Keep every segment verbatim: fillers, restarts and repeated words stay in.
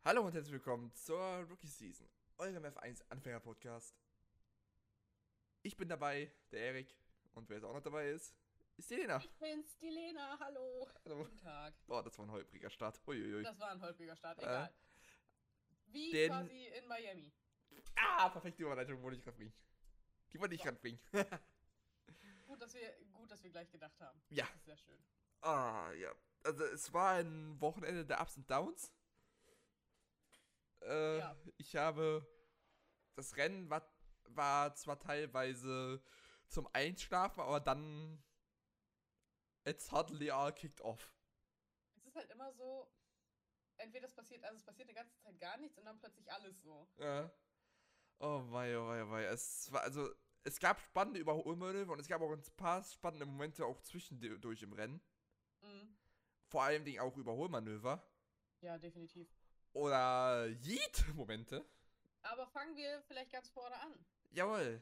Hallo und herzlich willkommen zur Rookie Season, eurem F eins Anfänger Podcast. Ich bin dabei, der Erik, und wer jetzt auch noch dabei ist, ist die Lena. Ich bin's, die Lena, hallo. Hallo. Guten Tag. Boah, das war ein holpriger Start. Uiuiui. Das war ein holpriger Start, Äh, egal. Wie den. quasi in Miami. Ah, perfekte Überleitung, wollte ich gerade bringen. Die wollte ich So. gerade bringen. Gut, dass wir, gut, dass wir gleich gedacht haben. Ja. Das ist sehr schön. Ah, ja. Also, es war ein Wochenende der Ups und Downs. Äh, Ja. Ich habe. Das Rennen war, war zwar teilweise zum Einschlafen, aber dann. It suddenly all kicked off. Es ist halt immer so, entweder es passiert, also es passiert eine ganze Zeit gar nichts und dann plötzlich alles so. Ja. Oh wei, oh wei, oh wei. Es war also, es gab spannende Überholmanöver und es gab auch ein paar spannende Momente auch zwischendurch im Rennen. Mhm. Vor allem Dingen auch Überholmanöver. Ja, definitiv. Oder Yeet-Momente. Aber fangen wir vielleicht ganz vorne an. Jawohl.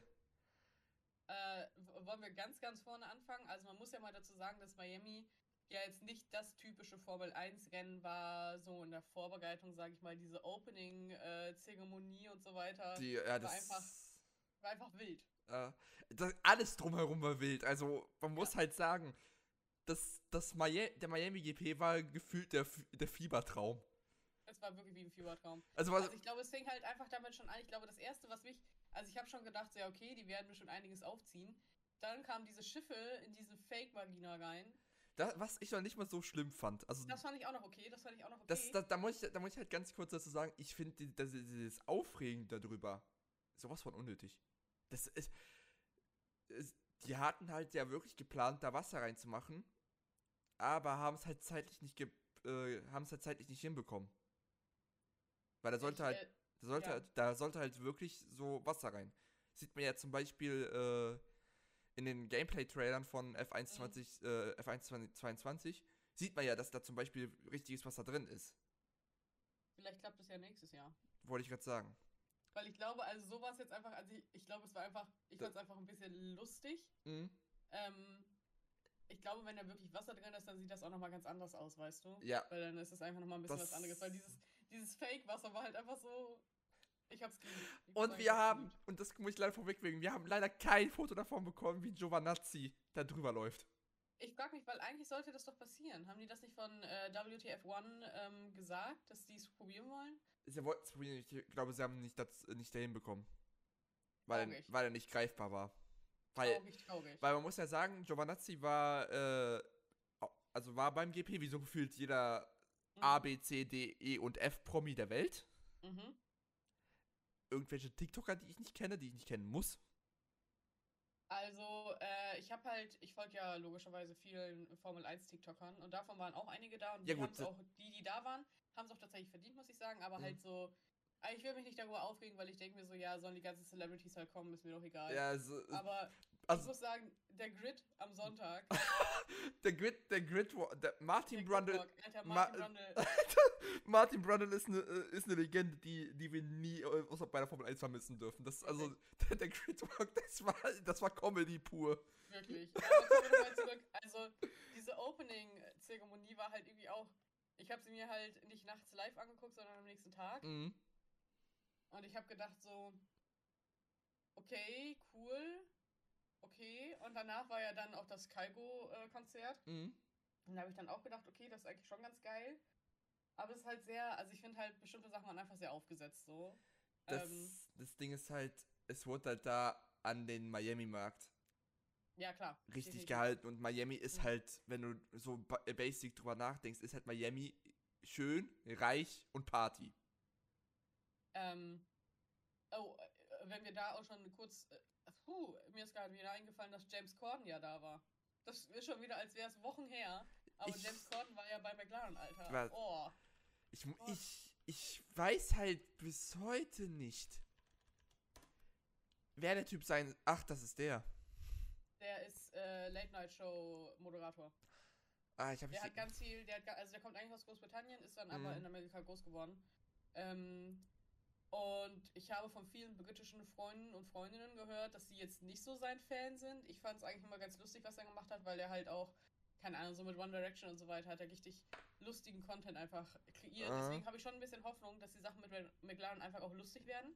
Äh, w- wollen wir ganz, ganz vorne anfangen? Also man muss ja mal dazu sagen, dass Miami ja jetzt nicht das typische Formel eins Rennen war, so in der Vorbereitung, sage ich mal, diese Opening-Zeremonie und so weiter. Die, ja, War das. einfach, war einfach wild. Äh, das alles drumherum war wild. Also, man muss Ja. halt sagen, das, das Mia der Miami G P war gefühlt der, F- der Fiebertraum. Es war wirklich wie ein Fiebertraum. Also, was. Also ich glaube, es fing halt einfach damit schon an. Ich glaube, das Erste, was mich, also ich habe schon gedacht, so, ja okay, die werden mir schon einiges aufziehen. Dann kamen diese Schiffe in diese Fake-Vagina rein. Das, was ich noch nicht mal so schlimm fand. Also, Das fand ich auch noch okay, das fand ich auch noch okay. Das, das, da, muss ich, da muss ich halt ganz kurz dazu sagen, ich finde die- das- dieses Aufregen darüber sowas von unnötig. Das ist, ist. Die hatten halt ja wirklich geplant, da Wasser reinzumachen, aber haben es halt zeitlich nicht ge, äh, haben es halt zeitlich nicht hinbekommen. Weil da sollte ich, halt, äh, da sollte, ja. halt, da sollte halt wirklich so Wasser rein. Sieht man ja zum Beispiel äh, in den Gameplay-Trailern von F eins Mhm. zwanzig, äh, F eins zweiundzwanzig, sieht man ja, dass da zum Beispiel richtiges Wasser drin ist. Vielleicht klappt es ja nächstes Jahr. Wollte ich gerade sagen. Weil ich glaube, also so war es jetzt einfach, also ich, ich glaube, es war einfach, ich fand es einfach ein bisschen lustig. Mhm. Ähm, ich glaube, wenn da wirklich Wasser drin ist, dann sieht das auch nochmal ganz anders aus, weißt du? Ja. Weil dann ist es einfach nochmal ein bisschen Das was anderes. Weil dieses, dieses Fake-Wasser war halt einfach so. Ich hab's geliebt. Ich muss Und sagen, ich wir hab's haben, geliebt. und das muss ich leider vorwegbringen, wir haben leider kein Foto davon bekommen, wie Giovanazzi da drüber läuft. Ich frag mich, weil eigentlich sollte das doch passieren. Haben die das nicht von äh, W T F eins ähm, gesagt, dass die es probieren wollen? Sie wollten es probieren, ich glaube, sie haben nicht, das, nicht dahin bekommen. Weil, er- Traurig. weil er nicht greifbar war. Weil, Traurig, traurig. weil man muss ja sagen, Giovanazzi war, äh, also war beim G P wie so gefühlt jeder A, Mhm. B, C, D, E und F Promi der Welt. Mhm. Irgendwelche TikToker, die ich nicht kenne, die ich nicht kennen muss. Also, äh, ich habe halt, ich folge ja logischerweise vielen Formel eins TikTokern und davon waren auch einige da und Ja, die gut, haben es das- auch, die, die da waren, haben es auch tatsächlich verdient, muss ich sagen, aber Mhm. halt so, äh, ich will mich nicht darüber aufregen, weil ich denke mir so, ja, sollen die ganzen Celebrities halt kommen, ist mir doch egal. Ja, also, Aber ich also muss sagen, der Grid am Sonntag, der Grid, der Grid, der Martin der Brundle, Gridwalk, Alter, Ma Martin Brundle, Martin Brundle ist eine ist eine Legende, die, die wir nie äh, außer bei der Formel eins vermissen dürfen. Das, also, der, der Gridwalk, das war, das war Comedy pur. wirklich. Aber kommen wir nochmal zurück. Also, diese Opening-Zeremonie war halt irgendwie auch, ich habe sie mir halt nicht nachts live angeguckt, sondern am nächsten Tag. Mhm. Und ich habe gedacht so, okay, cool, okay. Und danach war ja dann auch das Kygo-Konzert. Mhm. Und da habe ich dann auch gedacht, okay, das ist eigentlich schon ganz geil. Aber es ist halt sehr, also ich finde halt, bestimmte Sachen waren einfach sehr aufgesetzt so. Das, Ähm, das Ding ist halt, es wurde halt da an den Miami-Markt ja, klar. richtig definitiv. gehalten und Miami ist Mhm. halt, wenn du so ba- basic drüber nachdenkst, ist halt Miami schön, reich und Party. Ähm, oh, äh, wenn wir da auch schon kurz, äh, puh, mir ist gerade wieder eingefallen, dass James Corden ja da war. Das ist schon wieder, als wäre es Wochen her. Aber Ich- James Corden war ja bei McLaren, Alter. Was? Oh. Ich, mu- Gott. ich, ich weiß halt bis heute nicht, wer der Typ sein. Ach, das ist der. Der ist äh, Late-Night-Show-Moderator. Ah, ich habe Der hat ganz viel, der hat, ga- also der kommt eigentlich aus Großbritannien, ist dann aber Mhm. in Amerika groß geworden. Ähm, und ich habe von vielen britischen Freunden und Freundinnen gehört, dass sie jetzt nicht so sein Fan sind. Ich fand es eigentlich immer ganz lustig, was er gemacht hat, weil er halt auch, keine Ahnung, so mit One Direction und so weiter hat er richtig lustigen Content einfach kreiert. Aha. Deswegen habe ich schon ein bisschen Hoffnung, dass die Sachen mit McLaren einfach auch lustig werden.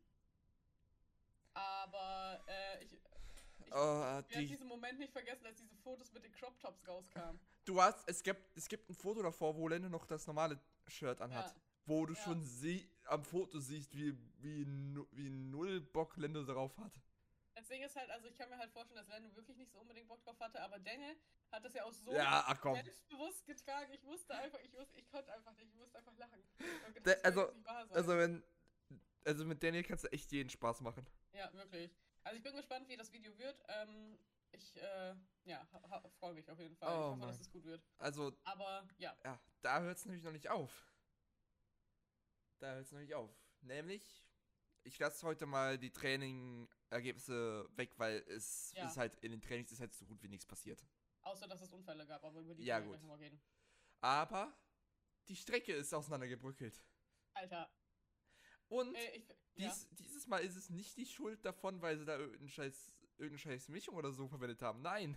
Aber äh, ich, ich Oh, werde die, diesen Moment nicht vergessen, als diese Fotos mit den Crop Tops rauskamen. du hast, es gibt, es gibt ein Foto davor, wo Lando noch das normale Shirt anhat. Ja. Wo du Ja. schon sie am Foto siehst, wie, wie, nu- wie null Bock Lando darauf hat. Das Ding ist halt, also ich kann mir halt vorstellen, dass Lando wirklich nicht so unbedingt Bock drauf hatte, aber Daniel hat das ja auch so Ja, ach komm. selbstbewusst getragen. Ich musste einfach, ich wusste, ich konnte einfach nicht, ich musste einfach lachen. Und das Der- kann also- jetzt nicht wahr sein. Also wenn, also mit Daniel kannst du echt jeden Spaß machen. Ja, wirklich. Also ich bin gespannt, wie das Video wird. Ähm, ich, äh, ja, freue mich auf jeden Fall. Oh ich hoffe, Mann. dass es gut wird. Also, Aber, ja. ja, da hört es nämlich noch nicht auf. Da hört es noch nicht auf. Nämlich, ich lasse heute mal die Training-Ergebnisse weg, weil es Ja. ist halt, in den Trainings ist halt so gut wie nichts passiert. Außer, dass es Unfälle gab, aber über die Ja, können wir gut. gleich nochmal reden. Aber die Strecke ist auseinandergebröckelt. Alter, Und äh, ich, ja. dies, dieses Mal ist es nicht die Schuld davon, weil sie da irgendeinen scheiß, irgendeine scheiß Mischung oder so verwendet haben. Nein.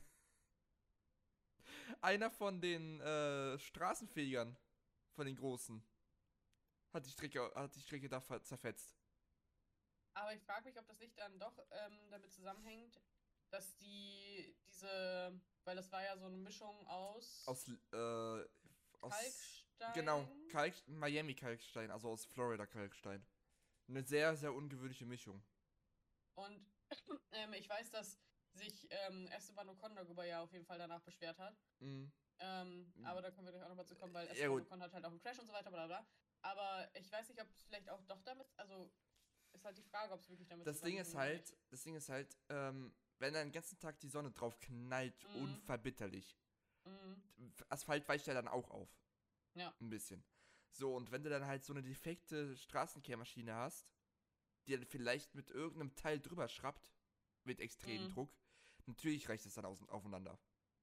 Einer von den äh, Straßenfegern, von den Großen, hat die Strecke, hat die Strecke da ver- zerfetzt. Aber ich frage mich, ob das nicht dann doch ähm, damit zusammenhängt, dass die, diese, weil das war ja so eine Mischung aus, Aus, äh, aus Kalkstein. Genau, Kalk, Miami Kalkstein, also aus Florida Kalkstein. Eine sehr, sehr ungewöhnliche Mischung. Und ähm, ich weiß, dass sich ähm, Esteban Ocon darüber ja auf jeden Fall danach beschwert hat. Mhm. Ähm, Mhm. aber da können wir gleich auch nochmal zu kommen, weil Ja, Esteban gut. Ocon hat halt auch einen Crash und so weiter, bla bla. Aber ich weiß nicht, ob es vielleicht auch doch damit, also ist halt die Frage, ob es wirklich damit Das Ding ist zusammenhängt oder halt, das Ding ist halt, ähm, wenn da den ganzen Tag die Sonne drauf knallt, Mhm. unverbitterlich. nicht. Mhm. Asphalt weicht ja dann auch auf. Ja. Ein bisschen. So, und wenn du dann halt so eine defekte Straßenkehrmaschine hast, die dann vielleicht mit irgendeinem Teil drüber schrappt, mit extremem Mhm. Druck, natürlich reicht es dann aus, aufeinander.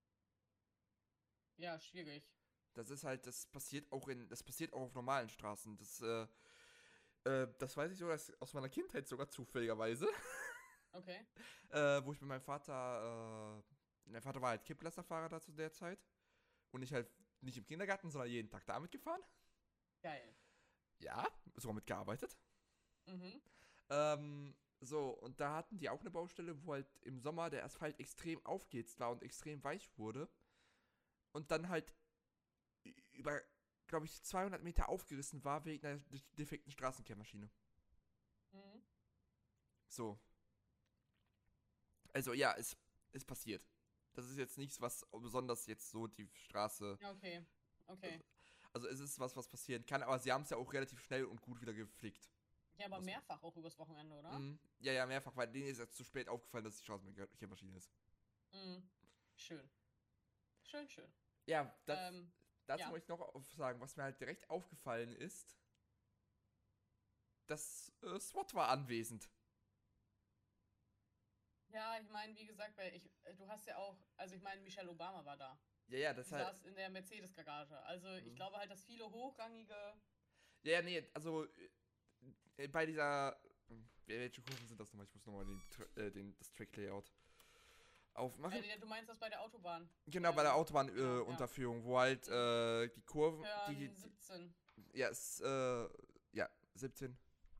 Ja, schwierig. Das ist halt, das passiert auch in, das passiert auch auf normalen Straßen. Das, äh, äh, das weiß ich sogar aus meiner Kindheit sogar zufälligerweise. Okay. äh, wo ich mit meinem Vater, äh, mein Vater war halt Kipplasterfahrer da zu der Zeit. Und ich halt nicht im Kindergarten, sondern jeden Tag damit gefahren. Geil. Ja, sogar mitgearbeitet. Mhm. Ähm, so, und da hatten die auch eine Baustelle, wo halt im Sommer der Asphalt extrem aufgehitzt war und extrem weich wurde. Und dann halt ü- über, glaube ich, zweihundert Meter aufgerissen war wegen einer de- defekten Straßenkehrmaschine. Mhm. So. Also ja, es ist passiert. Das ist jetzt nichts, was besonders jetzt so die Straße. Ja, okay. Okay. Also es ist was, was passieren kann, aber sie haben es ja auch relativ schnell und gut wieder gepflegt. Ja, aber Was- mehrfach auch übers Wochenende, oder? Mhm. Ja, ja, mehrfach, weil denen ist jetzt zu spät aufgefallen, dass die Straßenkehrmaschine ist. Mhm. Schön. Schön, schön. Ja, das, Ähm, dazu ja. muss ich noch auf sagen, was mir halt direkt aufgefallen ist, das äh, SWAT war anwesend. ja, ich meine, wie gesagt, weil ich, äh, du hast ja auch, also ich meine, Michelle Obama war da. Ja, ja, Die das halt. saß in der Mercedes-Garage. Also ich Mhm. glaube halt, dass viele hochrangige. Ja, ja, nee, also äh, bei dieser. Wel- Welche Kurven sind das nochmal? Ich muss nochmal den, Tra- äh, den, das Track-Layout aufmachen. Äh, du meinst das bei der Autobahn? Genau, bei der ähm, Autobahnunterführung, ja, äh, ja. Unterführung, wo halt äh, die Kurven. Die, Turn die, siebzehn. ja, es, äh, ja, siebzehn.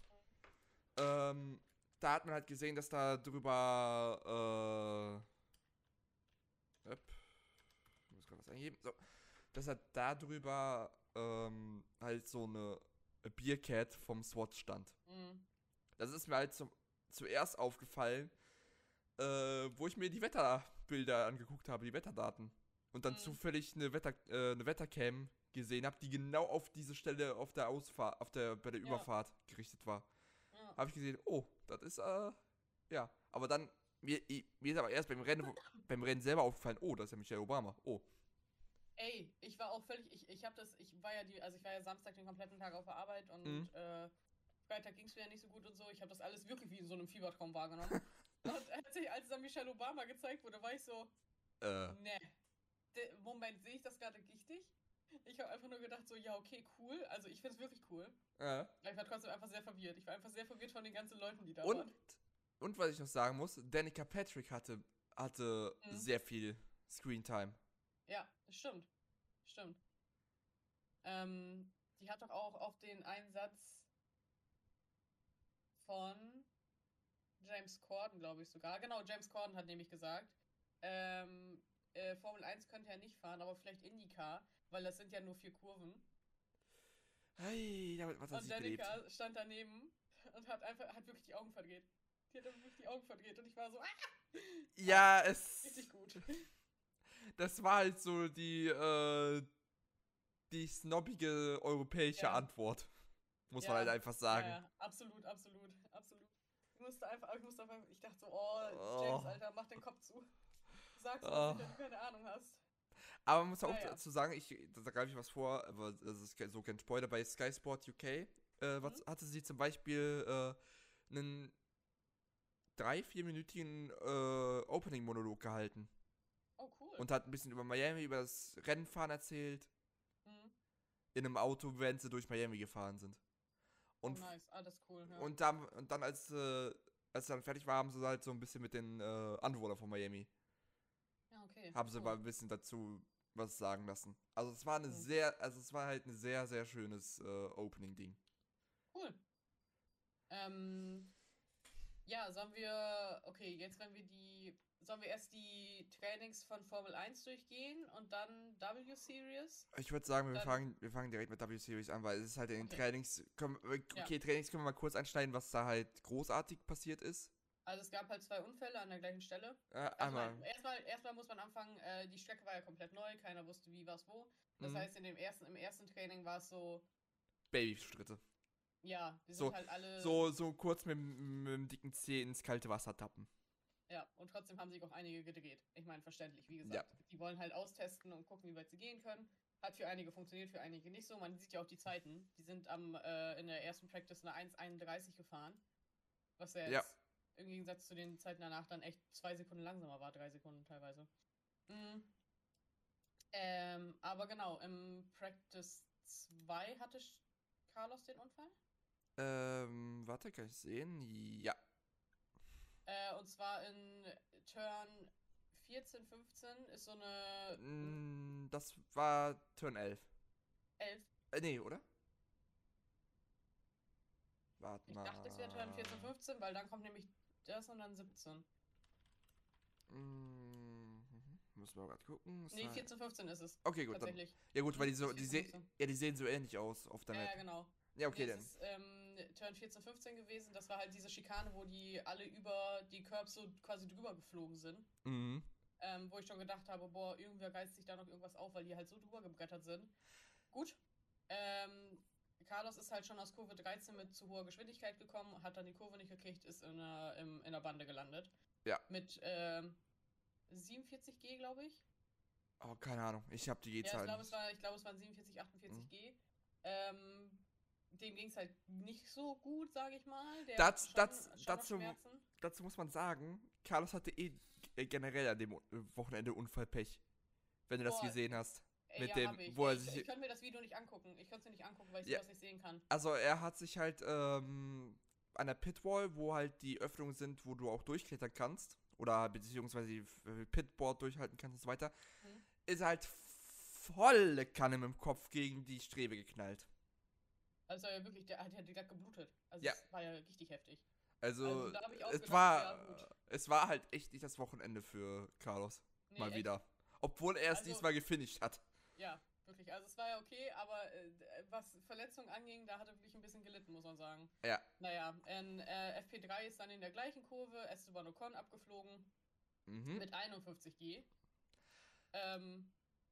Ähm, da hat man halt gesehen, dass da drüber, äh, öpp, ich muss gerade was eingeben, so, dass er da drüber, ähm, halt so eine Biercat vom SWAT stand. Mhm. Das ist mir halt zum, zuerst aufgefallen, äh, wo ich mir die Wetterbilder angeguckt habe, die Wetterdaten. Und dann Mhm. zufällig eine, Wetter, äh, eine Wettercam gesehen habe, die genau auf diese Stelle auf der Ausfahrt, auf der, bei der Ja. Überfahrt gerichtet war. Ja. Habe ich gesehen, oh, das ist, äh, ja. Aber dann, mir, i- mir ist aber erst beim Rennen, wo- beim Rennen selber aufgefallen, oh, das ist ja Michelle Obama. Oh. Ey, ich war auch völlig, ich, ich habe das, ich war ja die, also ich war ja Samstag den kompletten Tag auf der Arbeit und Mhm. äh, Freitag ging es mir ja nicht so gut und so. Ich habe das alles wirklich wie in so einem Fiebertraum wahrgenommen. Und als, ich, als dann Michelle Obama gezeigt wurde, war ich so, Äh, ne, de- Moment, sehe ich das gerade richtig? Ich habe einfach nur gedacht so, ja, okay, cool. Also ich finde es wirklich cool. äh. Ich war trotzdem einfach sehr verwirrt. Ich war einfach sehr verwirrt von den ganzen Leuten, die da Und, waren. und was ich noch sagen muss, Danica Patrick hatte, hatte Mhm. sehr viel Screentime. Ja, stimmt. Stimmt. Ähm, die hat doch auch auf den Einsatz von James Corden, glaube ich sogar. Genau, James Corden hat nämlich gesagt, ähm, äh, Formel eins könnte er nicht fahren, aber vielleicht IndyCar, weil das sind ja nur vier Kurven. Hey, damit was er Und sich belebt. Danica stand daneben und hat einfach, hat wirklich die Augen verdreht. Die hat wirklich die Augen verdreht und ich war so, ah! Ja, es. Richtig gut. Das war halt so die, äh, die snobbige europäische Ja. Antwort. Muss Ja. man halt einfach sagen. Ja, ja, absolut, absolut, absolut. Ich musste einfach, ich musste einfach, ich dachte so, oh, Oh. James, Alter, mach den Kopf zu. Sag's Oh. was, wenn du keine Ahnung hast. Aber man muss auch Naja. dazu sagen, ich, da greife ich was vor, aber das ist ke- so kein Spoiler, bei Sky Sport U K äh, was, Mhm. hatte sie zum Beispiel äh, einen drei-, vierminütigen äh, Opening-Monolog gehalten. Oh, cool. Und hat ein bisschen über Miami, über das Rennenfahren erzählt. Mhm. In einem Auto, während sie durch Miami gefahren sind. Und, oh, nice. Ah, das ist cool, ja. und, dann, und dann, als, äh, als sie dann fertig war, haben sie halt so ein bisschen mit den äh, Anwohnern von Miami, ja, okay. haben sie cool. mal ein bisschen dazu was sagen lassen. Also es war eine Mhm. sehr, also es war halt ein sehr, sehr schönes äh, Opening-Ding. Cool. Ähm, ja, sollen wir, okay, jetzt wenn wir die, sollen wir erst die Trainings von Formel eins durchgehen und dann W-Series? Ich würde sagen, wir Dann- fangen, wir fangen direkt mit W-Series an, weil es ist halt in den Okay. Trainings, können, okay, Ja. Trainings können wir mal kurz anschneiden, was da halt großartig passiert ist. Also es gab halt zwei Unfälle an der gleichen Stelle. Äh, Also einmal, nein, erstmal, erstmal muss man anfangen, äh, die Strecke war ja komplett neu, keiner wusste wie, was, wo. Das Mhm. heißt, in dem ersten, im ersten Training war es so, Babyschritte. ja, wir So- sind halt alle. So, so kurz mit, dem- mit dem dicken Zeh ins kalte Wasser tappen. Ja, und trotzdem haben sich auch einige gedreht. Ich meine, verständlich, wie gesagt. Ja. Die wollen halt austesten und gucken, wie weit sie gehen können. Hat für einige funktioniert, für einige nicht so. Man sieht ja auch die Zeiten. Die sind am, äh, in der ersten Practice eine eins einunddreißig gefahren. Was ja jetzt Ja. im Gegensatz zu den Zeiten danach dann echt zwei Sekunden langsamer war, drei Sekunden teilweise. Mhm. Ähm, aber genau, im Practice zwei hatte Sch- Carlos den Unfall. Ähm, warte, kann ich sehen? Ja. Äh, und zwar in Turn vierzehn, fünfzehn ist so eine Mm, Das war Turn elf. elf. Äh, nee, oder? Warte Ich mal. dachte, es wäre Turn vierzehn, fünfzehn, weil dann kommt nämlich das und dann siebzehn. Mhm. Müssen wir gerade gucken. Es Nee, war- vierzehn, fünfzehn ist es. Okay, gut. Dann, Tatsächlich. ja gut, weil die Mhm, so, ist die, vierzehn, se fünfzehn. ja, die sehen so ähnlich aus auf der Ja, ja, Map. genau. Ja, okay, Nee, dann. es ist ähm, Turn vierzehn, fünfzehn gewesen. Das war halt diese Schikane, wo die alle über die Curbs so quasi drüber geflogen sind. Mhm. Ähm, wo ich schon gedacht habe, boah, irgendwer geizt sich da noch irgendwas auf, weil die halt so drüber gebrettert sind. Gut. Ähm, Carlos ist halt schon aus Kurve dreizehn mit zu hoher Geschwindigkeit gekommen, hat dann die Kurve nicht gekriegt, ist in der, im, in der Bande gelandet. Ja. Mit ähm, siebenundvierzig G, glaube ich. Oh, keine Ahnung. Ich habe die Ja, ich G-Zahlen glaube, es, nicht. war, ich glaub, es waren siebenundvierzig, achtundvierzig Mhm. G. Ähm, dem ging es halt nicht so gut, sage ich mal. Der Das- hat das- schon, schon dazu- noch Schmerzen. Dazu muss man sagen, Carlos hatte eh g- generell an dem äh, Wochenende Unfallpech. Wenn du das Boah, gesehen hast. Ey, mit ja, dem, hab ich. wo er ich, sich- ich konnte mir das Video nicht angucken. Ich konnte es mir nicht angucken, weil ich Ja. sowas nicht sehen kann. Also er hat sich halt ähm, an der Pitwall, wo halt die Öffnungen sind, wo du auch durchklettern kannst, oder beziehungsweise die F- Pitboard durchhalten kannst und so weiter, Mhm. ist halt volle Kanne mit dem Kopf gegen die Strebe geknallt. Also ja, wirklich, der hat ja direkt geblutet. Also Ja. es war ja richtig heftig. Also, Also, da hab ich auch es gedacht, war ja, gut. es war halt echt nicht das Wochenende für Carlos. Nee, Mal echt. wieder. Obwohl er es Also- diesmal gefinisht hat. Ja, wirklich. Also es war ja okay, aber äh, was Verletzungen anging, da hat er wirklich ein bisschen gelitten, muss man sagen. Ja. Naja, in äh, F P drei ist dann in der gleichen Kurve Esteban Ocon abgeflogen Mhm. mit einundfünfzig G. Ähm,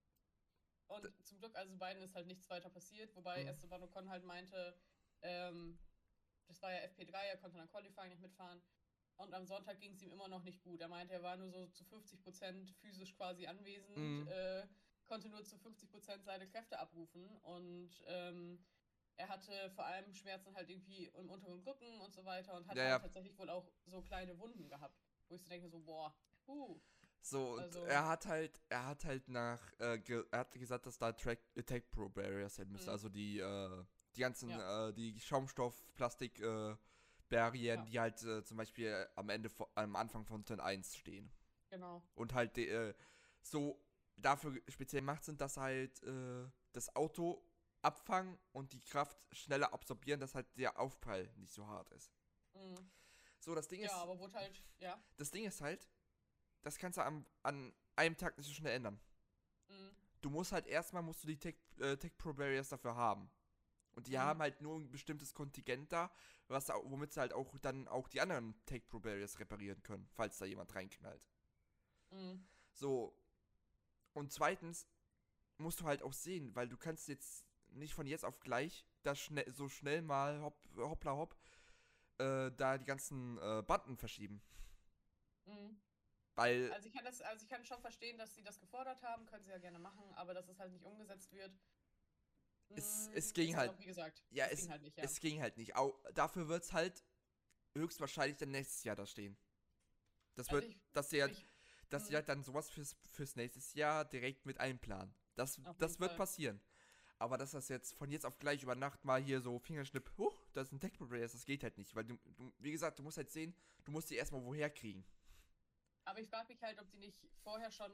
und D- zum Glück, also beiden ist halt nichts weiter passiert, wobei Mhm. Esteban Ocon halt meinte, ähm, das war ja F P drei, er konnte dann Qualifying nicht mitfahren. Und am Sonntag ging es ihm immer noch nicht gut. Er meinte, er war nur so zu fünfzig Prozent physisch quasi anwesend, Mhm. äh, konnte nur zu fünfzig Prozent seine Kräfte abrufen. Und ähm, er hatte vor allem Schmerzen halt irgendwie im unteren Rücken und so weiter und hat Ja, halt ja. tatsächlich wohl auch so kleine Wunden gehabt. Wo ich so denke, so, boah, uh. So, und Also- er hat halt, er hat halt nach, äh, ge er hat gesagt, dass da Track Attack Pro Barriers sein müssen. Mhm. Also die, äh, die ganzen, Ja. äh, die Schaumstoff, Plastik, äh, Barrieren, Ja. die halt äh, zum Beispiel äh, am Ende, vo- am Anfang von Turn eins stehen. Genau. Und halt de, äh, so dafür speziell gemacht sind, dass halt äh, das Auto abfangen und die Kraft schneller absorbieren, dass halt der Aufprall nicht so hart ist. Mhm. So, das Ding Ja, ist, aber wurde halt, ja. das Ding ist halt, das kannst du am, an einem Tag nicht so schnell ändern. Mhm. Du musst halt erstmal, musst du die Tech, äh, Tech Pro Barriers dafür haben. Und die Mhm. haben halt nur ein bestimmtes Kontingent da, was, au- womit sie halt auch dann auch die anderen Tech Pro Barriers reparieren können, falls da jemand reinknallt. Mhm. So, und zweitens musst du halt auch sehen, weil du kannst jetzt nicht von jetzt auf gleich da schnell, so schnell mal hopp, hoppla hopp, äh, da die ganzen äh, Banden verschieben. Mhm. Weil Also ich kann das, also ich kann schon verstehen, dass sie das gefordert haben, können sie ja gerne machen, aber dass es halt nicht umgesetzt wird. es, mm, es ging ist halt, auch, wie gesagt, ja, es es, ging halt nicht, ja. es ging halt nicht. Au, dafür wird es halt höchstwahrscheinlich dann nächstes Jahr da stehen. Das Also wird, ich, dass sie halt, ich, dass sie mm, halt dann sowas fürs, fürs nächstes Jahr direkt mit einplanen. Das, auf jeden das wird Fall. passieren. Aber dass das jetzt von jetzt auf gleich über Nacht mal hier so Fingerschnipp, huch, das ist ein Tech Pro das geht halt nicht. Weil du, du, wie gesagt, du musst halt sehen, du musst die erstmal woher kriegen. Aber ich frage mich halt, ob sie nicht vorher schon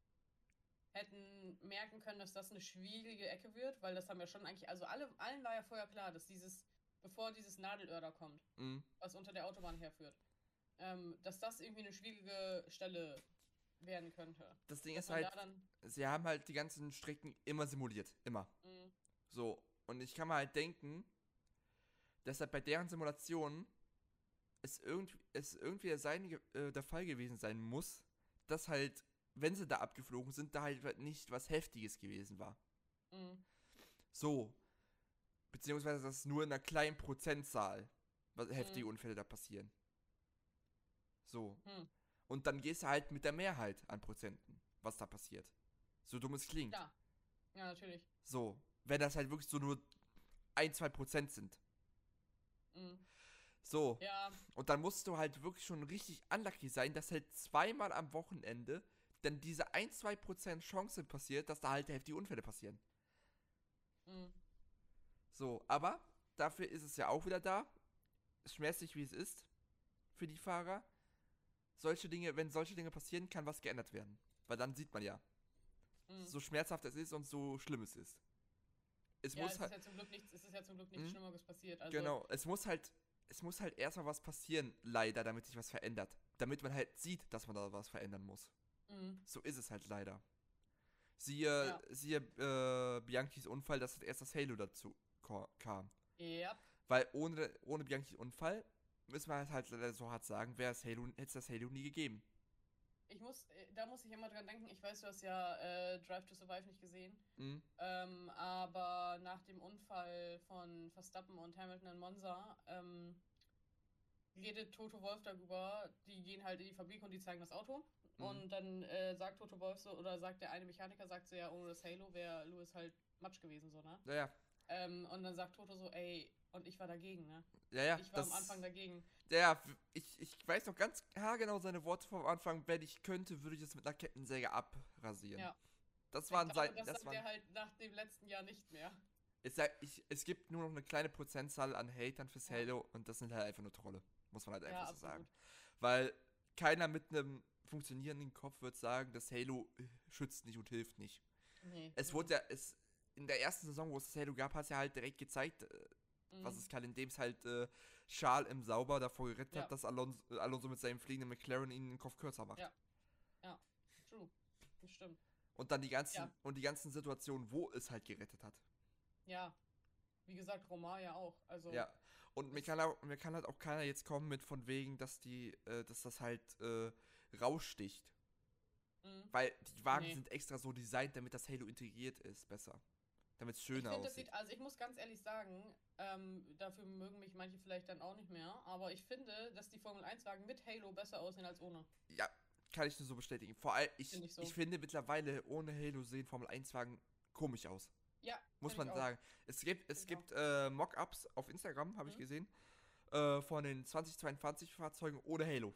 hätten merken können, dass das eine schwierige Ecke wird, weil das haben ja schon eigentlich, also alle, allen war ja vorher klar, dass dieses, bevor dieses Nadelöhr da kommt, Mhm. was unter der Autobahn herführt, ähm, dass das irgendwie eine schwierige Stelle werden könnte. Das Ding Dass ist man halt, da dann, sie haben halt die ganzen Strecken immer simuliert. Immer. mh, So. Und ich kann mir halt denken, dass halt bei deren Simulationen es irgendwie, es irgendwie sein, ge- äh, der Fall gewesen sein muss, dass halt, wenn sie da abgeflogen sind, da halt nicht was Heftiges gewesen war. mh, So. Beziehungsweise, dass nur in einer kleinen Prozentzahl was heftige mh, Unfälle da passieren. So. hm, Und dann gehst du halt mit der Mehrheit an Prozenten, was da passiert. So dumm es klingt. klar. Ja, natürlich. So. Wenn das halt wirklich so nur ein, zwei Prozent sind. Mh. So. Ja, Und dann musst du halt wirklich schon richtig unlucky sein, dass halt zweimal am Wochenende dann diese ein, zwei Prozent Chance passiert, dass da halt heftige Unfälle passieren. mh, So, aber dafür ist es ja auch wieder da. Schmerzlich wie es ist für die Fahrer. Solche Dinge, wenn solche Dinge passieren, kann was geändert werden. Weil dann sieht man ja, mh. so schmerzhaft es ist und so schlimm es ist. Es Ja, muss es ist halt, ja zum Glück nichts, es ist ja zum Glück nichts Mhm. Schlimmeres passiert. Also, genau, es muss halt, es muss halt erstmal was passieren, leider, damit sich was verändert. Damit man halt sieht, dass man da was verändern muss. mh, So ist es halt leider. Siehe, ja. siehe äh, Bianchis Unfall, dass halt erst das Halo dazu ko- kam. Ja, Weil ohne, ohne Bianchis Unfall, müssen wir halt, halt leider so hart sagen, wäre es Halo, hätte es das Halo nie gegeben. ich muss, äh, da muss ich immer dran denken, ich weiß, du hast ja äh, Drive to Survive nicht gesehen, Mhm. ähm, aber nach dem Unfall von Verstappen und Hamilton in Monza ähm, redet Toto Wolff darüber, die gehen halt in die Fabrik und die zeigen das Auto. Mhm. Und dann äh, sagt Toto Wolff so, oder sagt der eine Mechaniker, sagt so, ja, ohne das Halo wäre Lewis halt Matsch gewesen, so, ne? Ja, ja, Ähm, und dann sagt Toto so, ey, und ich war dagegen, ne? ja, ja, Ich war das, am Anfang dagegen. ja, ja, ich, ich weiß noch ganz haargenau seine Worte vom Anfang, wenn ich könnte, würde ich es mit einer Kettensäge abrasieren. Ja. Das Ich waren glaube, sein, das das sagt waren, er halt nach dem letzten Jahr nicht mehr. es, sei- ich, es gibt nur noch eine kleine Prozentzahl an Hatern fürs Ja. Halo und das sind halt einfach nur Trolle, muss man halt Ja, einfach so sagen. absolut. Weil keiner mit einem funktionierenden Kopf wird sagen, das Halo äh, schützt nicht und hilft nicht. Nee. Es mhm. wurde ja, es, in der ersten Saison, wo es das Halo gab, hat es ja halt direkt gezeigt, äh, Mhm. was es kann, indem es halt äh, Charles im Sauber davor gerettet Ja. hat, dass Alonso, äh, Alonso mit seinem fliegenden McLaren ihn den Kopf kürzer macht. Ja. Ja, true. Das stimmt. Und dann die ganzen, Ja. und die ganzen Situationen, wo es halt gerettet hat. Ja. Wie gesagt, Romar ja auch. Also, Ja. Und mir es- kann, auch, mir kann halt auch keiner jetzt kommen mit von wegen, dass die, äh, dass das halt äh, raussticht. mhm. Weil die Wagen Nee. sind extra so designt, damit das Halo integriert ist, besser. Damit es Ich schöner finde, das aussieht. sieht, also ich muss ganz ehrlich sagen, ähm, dafür mögen mich manche vielleicht dann auch nicht mehr, aber ich finde, dass die Formel eins Wagen mit Halo besser aussehen als ohne. Ja, kann ich nur so bestätigen. Vor allem, ich, Find ich so. ich finde mittlerweile ohne Halo sehen Formel eins Wagen komisch aus. Ja, Muss find man ich auch. sagen. Es gibt, es Find ich gibt äh, Mock-Ups auf Instagram, habe ich Mhm. gesehen, äh, von den zweitausendzweiundzwanzig Fahrzeugen ohne Halo.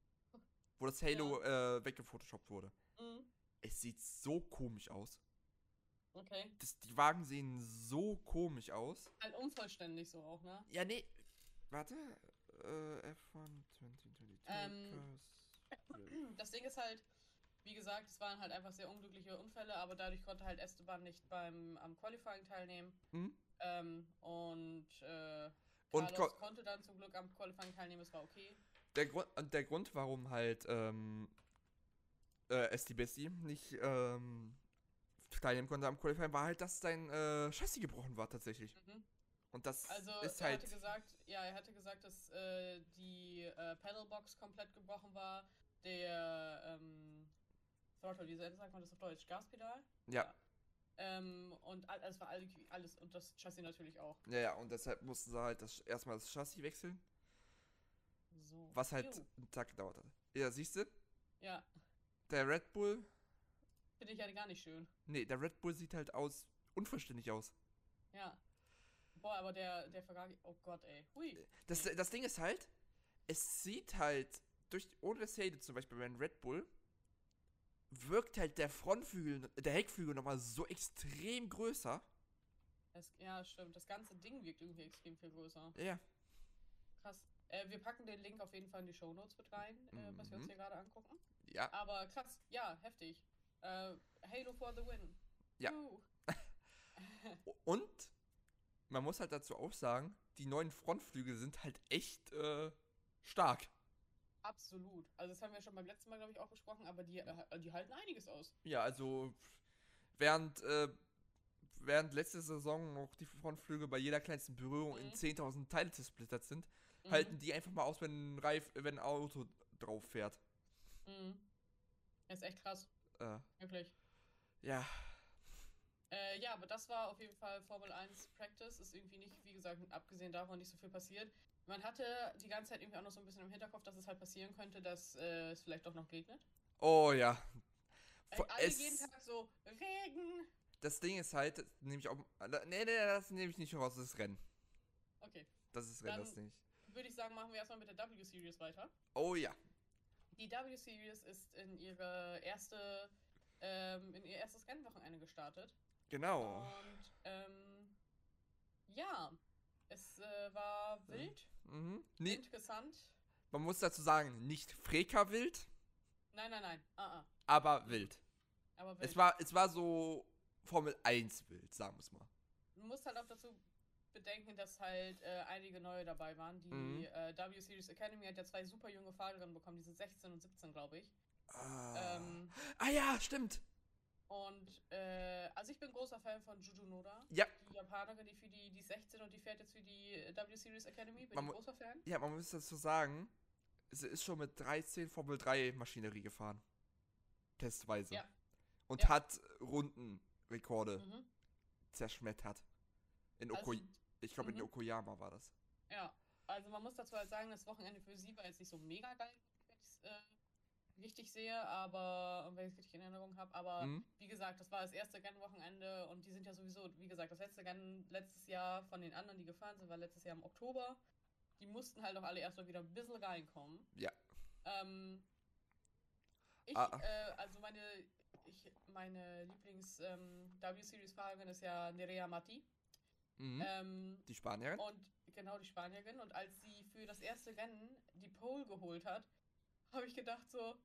Wo das Halo äh, weggefotoshoppt wurde. Mhm. Es sieht so komisch aus. Okay. Das, die Wagen sehen so komisch aus. Halt unvollständig so auch, ne? Ja, nee. Warte. Äh, F eins zwanzig zweiundzwanzig. Ähm, Das Ding ist halt, wie gesagt, es waren halt einfach sehr unglückliche Unfälle, aber dadurch konnte halt Esteban nicht beim am Qualifying teilnehmen. Mhm. Ähm, und äh, Und Carlos Ko- konnte dann zum Glück am Qualifying teilnehmen, es war okay. der, Grund, und der Grund, warum halt ähm, äh, Esti Bessi nicht ähm, teilnehmen konnte am Qualifying, war halt, dass sein äh, Chassis gebrochen war tatsächlich. Mhm. Und das Also ist er halt. hatte gesagt, ja, er hatte gesagt, dass äh, die äh, Pedalbox komplett gebrochen war. Der ähm, Throttle, wie sagt man das auf Deutsch? Gaspedal? Ja. Ähm, und all, es war all, alles und das Chassis natürlich auch. Ja, ja, und deshalb mussten sie halt das, erstmal das Chassis wechseln, So. was halt Ew. einen Tag gedauert hat. Ja, siehst du, Ja, der Red Bull, finde ich ja gar nicht schön. nee, der Red Bull sieht halt aus, unvollständig aus. Ja. Boah, aber der, der Ferrari, oh Gott, ey. Hui. Das, Nee. das Ding ist halt, es sieht halt, durch, ohne das Hate zum Beispiel bei einem Red Bull, wirkt halt der Frontflügel, der Heckflügel nochmal so extrem größer. Das, ja, stimmt. Das ganze Ding wirkt irgendwie extrem viel größer. Ja. Krass. Äh, wir packen den Link auf jeden Fall in die Shownotes mit rein, äh, was wir uns Mhm. hier gerade angucken. Ja. Aber krass, ja, heftig. Äh, Halo for the win. Ja. Uh. Und man muss halt dazu auch sagen, die neuen Frontflügel sind halt echt äh, stark. Absolut. Also das haben wir schon beim letzten Mal, glaube ich, auch besprochen, aber die, äh, die halten einiges aus. Ja, also während, äh, während letzte Saison noch die Frontflügel bei jeder kleinsten Berührung Mhm. in zehntausend Teile zersplittert sind, Mhm. halten die einfach mal aus, wenn ein, Reif, wenn ein Auto drauf fährt. Mhm. Das ist echt krass. Äh, Wirklich. ja. Äh, ja, aber das war auf jeden Fall Formel eins Practice. Ist irgendwie nicht, wie gesagt, abgesehen davon nicht so viel passiert. Man hatte die ganze Zeit irgendwie auch noch so ein bisschen im Hinterkopf, dass es halt passieren könnte, dass äh, es vielleicht doch noch regnet. Oh ja. Äh, Vor- alle es- jeden Tag so, Regen! Das Ding ist halt, das nehme ich auch. Nee, nee, das nehme ich nicht raus, das ist Rennen. Okay, Das ist Rennen, Dann- das nicht. würde ich sagen, machen wir erstmal mit der W-Series weiter. Oh ja. Die W-Series ist in ihre erste, ähm, in ihr erstes Rennwochenende gestartet. Genau. Und ähm, ja, es äh, war wild, Mhm. Nie, interessant. man muss dazu sagen, nicht Freka wild, Nein, nein, nein. Ah, ah. aber wild. Aber wild. Es war, es war so Formel eins wild, sagen wir es mal. Man muss halt auch dazu bedenken, dass halt äh, einige neue dabei waren. Die Mhm. äh, W-Series Academy hat ja zwei super junge Fahrerinnen bekommen, die sind sechzehn und siebzehn, glaube ich. Ah. Ähm, ah ja, stimmt. und äh, also ich bin großer Fan von Juju Noda. Ja. Die Japanerin, die für die, die ist sechzehn und die fährt jetzt für die äh, W-Series Academy. Bin Man ich mu- großer Fan. Ja, man muss dazu sagen, sie ist schon mit dreizehn Formel drei Maschinerie gefahren. Testweise. Ja. Und Ja. hat Rundenrekorde Mhm. zerschmettert. In Also, Oko ich glaube, in mhm. Yokoyama war das. ja, also man muss dazu halt sagen, das Wochenende für sie war jetzt nicht so mega geil, wenn ich es äh, richtig sehe, aber wenn ich es richtig in Erinnerung habe. Aber Mhm. wie gesagt, das war das erste Rennwochenende und die sind ja sowieso, wie gesagt, das letzte Rennen letztes Jahr von den anderen, die gefahren sind, war letztes Jahr im Oktober. Die mussten halt auch alle erstmal wieder ein bisschen reinkommen. Ja. Ähm, ich, Ah. äh, also meine, ich, meine Lieblings-W-Series-Fahrerin ist ja Nerea Matti. Mhm. Ähm, Die Spanierin? und genau, die Spanierin. Und als sie für das erste Rennen die Pole geholt hat, habe ich gedacht so,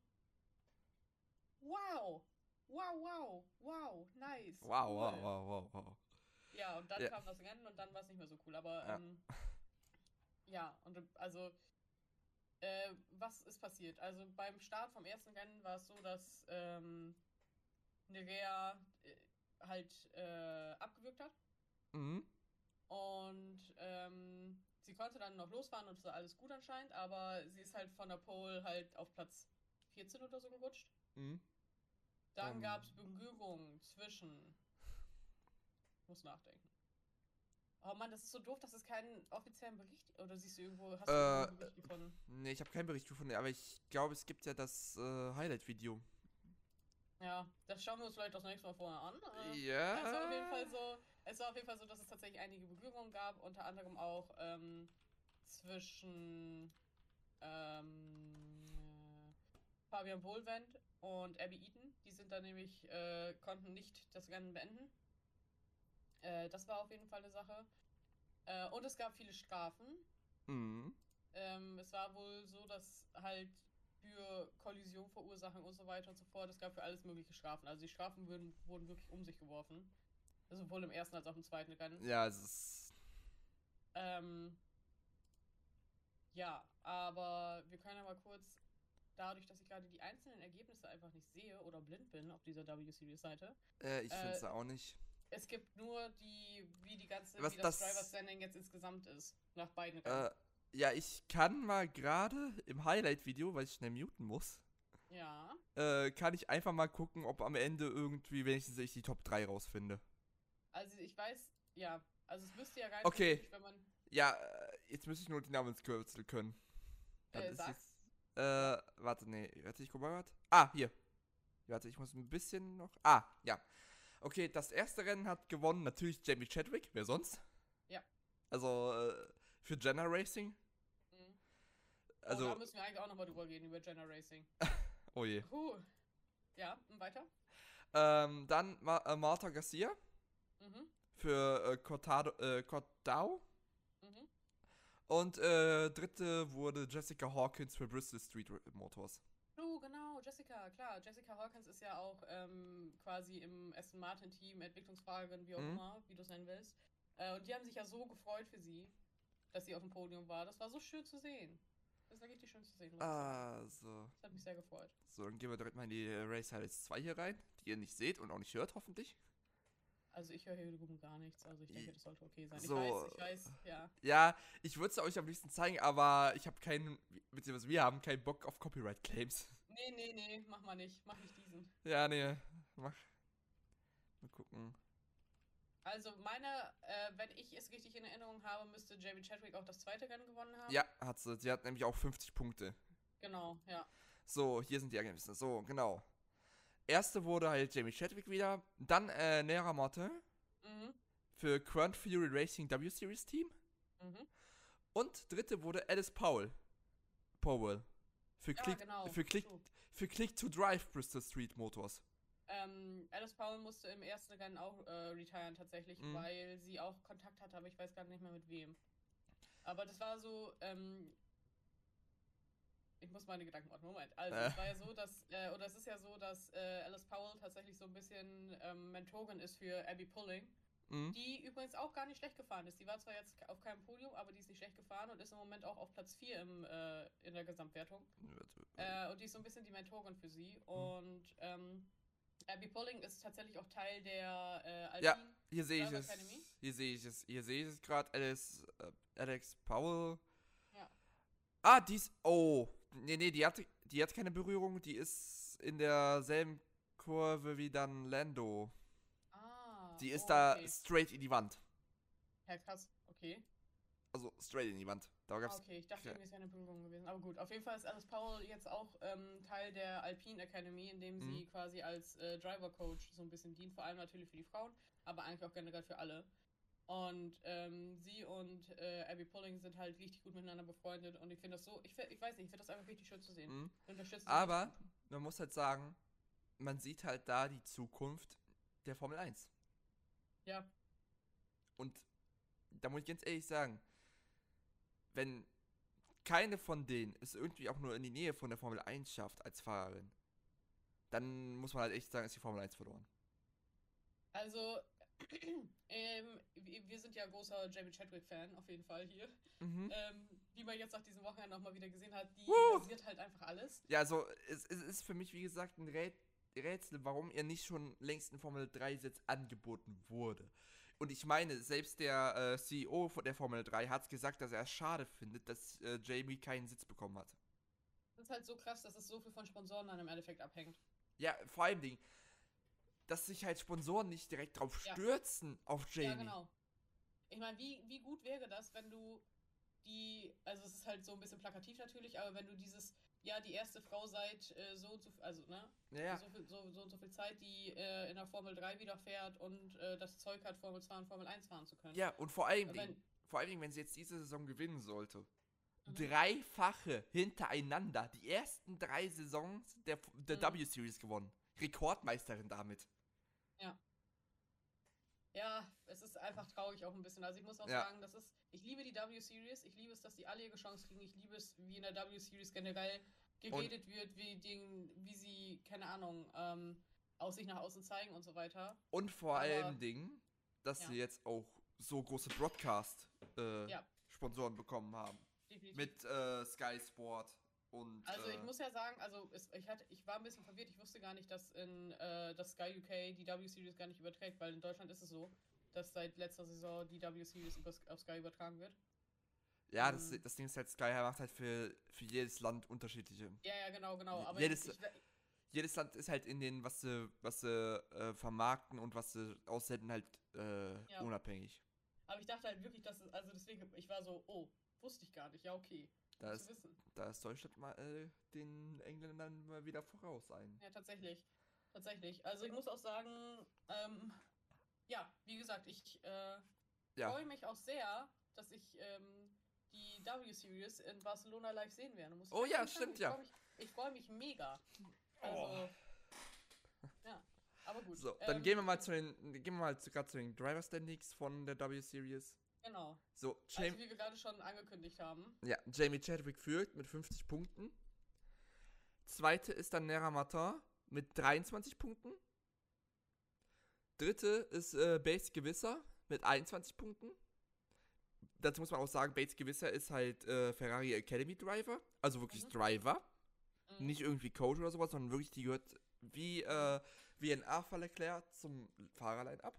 wow, wow, wow, wow, nice. Wow, cool. wow, wow, wow, wow. Ja, und dann Ja. kam das Rennen und dann war es nicht mehr so cool. Aber Ja. ähm, ja, und also, äh, was ist passiert? Also beim Start vom ersten Rennen war es so, dass ähm, Nerea äh, halt äh, abgewürgt hat. Mhm. Und ähm, sie konnte dann noch losfahren und es war alles gut anscheinend, aber sie ist halt von der Pole halt auf Platz vierzehn oder so gerutscht. Mhm. Dann Um. gab es Berührungen zwischen. Ich muss nachdenken. Oh Mann, das ist so doof, dass es keinen offiziellen Bericht. Oder siehst du irgendwo, hast du Äh, irgendwo einen Bericht gefunden? Nee, ich habe keinen Bericht gefunden, aber ich glaube, es gibt ja das äh, Highlight-Video. Ja, das schauen wir uns vielleicht das nächste Mal vorher an. Äh, Ja. Es war auf jeden Fall so, es war auf jeden Fall so, dass es tatsächlich einige Berührungen gab, unter anderem auch ähm, zwischen ähm, äh, Fabian Bohlwend und Abby Eaton. Die sind dann nämlich, äh, konnten nicht das Rennen beenden. Äh, das war auf jeden Fall eine Sache. Äh, und es gab viele Strafen. Mhm. Ähm, es war wohl so, dass halt für Kollision verursachen und so weiter und so fort. Es gab für alles mögliche Strafen. Also die Strafen wurden, wurden wirklich um sich geworfen. Also sowohl im ersten als auch im zweiten Rennen. Ja, es ist. Ähm, ja, aber wir können ja mal kurz, dadurch, dass ich gerade die einzelnen Ergebnisse einfach nicht sehe oder blind bin auf dieser W-Series-Seite. Äh, ich finde es Äh, auch nicht. Es gibt nur die, wie die ganze, Was wie das, das- Driver Standing jetzt insgesamt ist. Nach beiden Rennen. Äh, ja, ich kann mal gerade im Highlight-Video, weil ich schnell muten muss, Ja. äh, kann ich einfach mal gucken, ob am Ende irgendwie wenigstens ich die Top drei rausfinde. Also ich weiß, ja. Also es müsste ja rein Okay. theoretisch, wenn man. Ja, äh, jetzt müsste ich nur die Namenskürzel können. Dann Äh, ist sag's. jetzt. Äh, warte, nee, warte, ich guck mal grad. Ah, hier. Warte, ich muss ein bisschen noch. Ah, ja. Okay, das erste Rennen hat gewonnen natürlich Jamie Chadwick, wer sonst? Ja. Also, äh, für Jenna Racing. Mhm. Also, oh, da müssen wir eigentlich auch nochmal drüber reden, über Jenna Racing. oh je. Puh. Ja, und weiter? Ähm, dann Ma äh, Marta Garcia Mhm. für äh, Cortado, äh, Cortao. Mhm. Und äh, dritte wurde Jessica Hawkins für Bristol Street Motors. Oh, genau, Jessica, klar. Jessica Hawkins ist ja auch ähm, quasi im Aston Martin-Team, Entwicklungsfahrerin, wie auch Mhm. immer, wie du es nennen willst. Äh, und die haben sich ja so gefreut für sie, dass sie auf dem Podium war. Das war so schön zu sehen. Das ist wirklich schön zu sehen, muss ich sagen. Ah, so. Das hat mich sehr gefreut. So, dann gehen wir direkt mal in die äh, Race Highlights zwei hier rein, die ihr nicht seht und auch nicht hört, hoffentlich. Also ich höre hier drüben gar nichts, also ich denke, das sollte okay sein. So. Ich weiß, ich weiß, ja. Ja, ich würde es euch am liebsten zeigen, aber ich habe keinen, beziehungsweise wir haben keinen Bock auf Copyright-Claims. Nee, nee, nee, mach mal nicht. Mach nicht diesen. Ja, nee, mach. Mal gucken. Also meine, äh, wenn ich es richtig in Erinnerung habe, müsste Jamie Chadwick auch das zweite Rennen gewonnen haben. Ja, hat sie. Sie hat nämlich auch fünfzig Punkte. Genau, ja. So, hier sind die Ergebnisse. So, genau. Erste wurde halt Jamie Chadwick wieder. Dann äh, Nera Martin Mhm, für Grand Fury Racing W-Series Team. mhm. Und dritte wurde Alice Powell. Powell. Für Ja, Click, genau. für Click, true. für Click to Drive Bristol Street Motors. Ähm, Alice Powell musste im ersten Rennen auch äh, retiren tatsächlich, Mhm. weil sie auch Kontakt hatte, aber ich weiß gar nicht mehr mit wem. Aber das war so, ähm, ich muss meine Gedanken ordnen. Moment. Also, Äh. es war ja so, dass, äh, oder es ist ja so, dass äh, Alice Powell tatsächlich so ein bisschen ähm, Mentorin ist für Abby Pulling, Mhm. die übrigens auch gar nicht schlecht gefahren ist. Die war zwar jetzt auf keinem Podium, aber die ist nicht schlecht gefahren und ist im Moment auch auf Platz vier im, äh, in der Gesamtwertung. Äh, und die ist so ein bisschen die Mentorin für sie. Und ähm, Abby Pulling ist tatsächlich auch Teil der äh, Alpine Ja, hier sehe ich Driver es. Academy. Hier sehe ich es. Hier sehe ich es gerade. Alice, äh, Alex Powell. Ja. Ah, die ist. Oh. Nee, nee, die hat, die hat keine Berührung. Die ist in derselben Kurve wie dann Lando. Ah. Die ist oh, da okay. straight in die Wand. Ja, krass. Okay. Also straight in die Wand. Da Ah, gab's. okay, ich dachte, Ja. irgendwie ist ja eine Berührung gewesen. Aber gut, auf jeden Fall ist Alice Powell jetzt auch ähm, Teil der Alpine Academy, in dem Mhm. sie quasi als äh, Driver Coach so ein bisschen dient, vor allem natürlich für die Frauen, aber eigentlich auch generell für alle. Und ähm, sie und äh, Abby Pulling sind halt richtig gut miteinander befreundet und ich finde das so, ich, fi- ich weiß nicht, ich finde das einfach richtig schön zu sehen. Mhm. Wir unterstützen sie Aber richtig gut. man muss halt sagen, man sieht halt da die Zukunft der Formel eins. Ja, Und da muss ich ganz ehrlich sagen, wenn keine von denen es irgendwie auch nur in die Nähe von der Formel eins schafft als Fahrerin, dann muss man halt echt sagen, ist die Formel eins verloren. also ähm, wir wir sind ja großer Jamie Chadwick-Fan, auf jeden Fall hier. Mhm. Ähm, wie man jetzt nach diesem Wochenende nochmal wieder gesehen hat, die Woo! rasiert halt einfach alles. Ja, also es, es ist für mich, wie gesagt, ein Rät Rätsel, warum ihr nicht schon längst ein Formel drei Sitz angeboten wurde. Und ich meine, selbst der äh, C E O von der Formel drei hat gesagt, dass er es schade findet, dass äh, Jamie keinen Sitz bekommen hat. Das ist halt so krass, dass es so viel von Sponsoren dann im Endeffekt abhängt. Ja, vor allem Ding, dass sich halt Sponsoren nicht direkt drauf Ja. stürzen auf Jamie. Ja, genau. Ich meine, wie, wie gut wäre das, wenn du die, also es ist halt so ein bisschen plakativ natürlich, aber wenn du dieses, ja, die erste Frau seit äh, so und so, also, ne, Ja, ja. so, viel, so, so und so viel Zeit, die äh, in der Formel drei wieder fährt und äh, das Zeug hat, Formel zwei und Formel eins fahren zu können. Ja, und vor allem, Aber Ding, wenn- vor allem, wenn sie jetzt diese Saison gewinnen sollte, Mhm. dreifache hintereinander, die ersten drei Saisons der, der Mhm. W-Series gewonnen. Rekordmeisterin damit. Ja, es ist einfach traurig auch ein bisschen. Also ich muss auch Ja. sagen, das ist, ich liebe die W-Series, ich liebe es, dass die alle ihre Chance kriegen, ich liebe es, wie in der W-Series generell geredet wird, wie, den, wie sie, keine Ahnung, ähm, aus sich nach außen zeigen und so weiter. Und vor Aber- allen Dingen, dass Ja. sie jetzt auch so große Ja. Broadcast-Sponsoren bekommen haben. Definitiv. Mit äh, Sky Sport und. Also äh, ich muss ja sagen, also es, ich, hatte, ich war ein bisschen verwirrt, ich wusste gar nicht, dass in äh, das Sky U K die W-Series gar nicht überträgt, weil in Deutschland ist es so, dass seit letzter Saison die W-Series über, auf Sky übertragen wird. Ja, das, ähm, das Ding ist halt, Sky macht halt für, für jedes Land unterschiedliche. Ja, ja, genau, genau. Aber Jedes- ich, Jedes Land ist halt in den, was sie, was sie äh, vermarkten und was sie aussenden, halt äh, Ja. unabhängig. aber ich dachte halt wirklich, dass es, also deswegen, ich war so, oh, wusste ich gar nicht, ja, okay. Da Zu ist, wissen. da ist Deutschland mal äh, den Engländern mal wieder voraus ein. Ja, tatsächlich. Tatsächlich. Also ich muss auch sagen, ähm, ja, wie gesagt, ich äh, Ja. freue mich auch sehr, dass ich ähm, die W-Series in Barcelona live sehen werde. Muss ich Oh ganz ja, ehrlich sagen. stimmt, ich ja. Freu mich, ich freue mich mega. Also, Oh. ja, aber gut. So, dann ähm, gehen wir mal zu den, gehen wir mal zu, grad zu den Driver Standings von der W-Series. Genau. So, Also Jamie, wie wir gerade schon angekündigt haben. ja, Jamie Chadwick führt mit fünfzig Punkten. Zweite ist dann Nera Martin mit dreiundzwanzig Punkten. Dritte ist äh, Bates Gewisser mit einundzwanzig Punkten. Dazu muss man auch sagen, Bates Gewisser ist halt äh, Ferrari Academy Driver, also wirklich Mhm. Driver. Mhm. Nicht irgendwie Coach oder sowas, sondern wirklich, die gehört wie, äh, wie ein A-Fall erklärt zum Fahrerline-Up.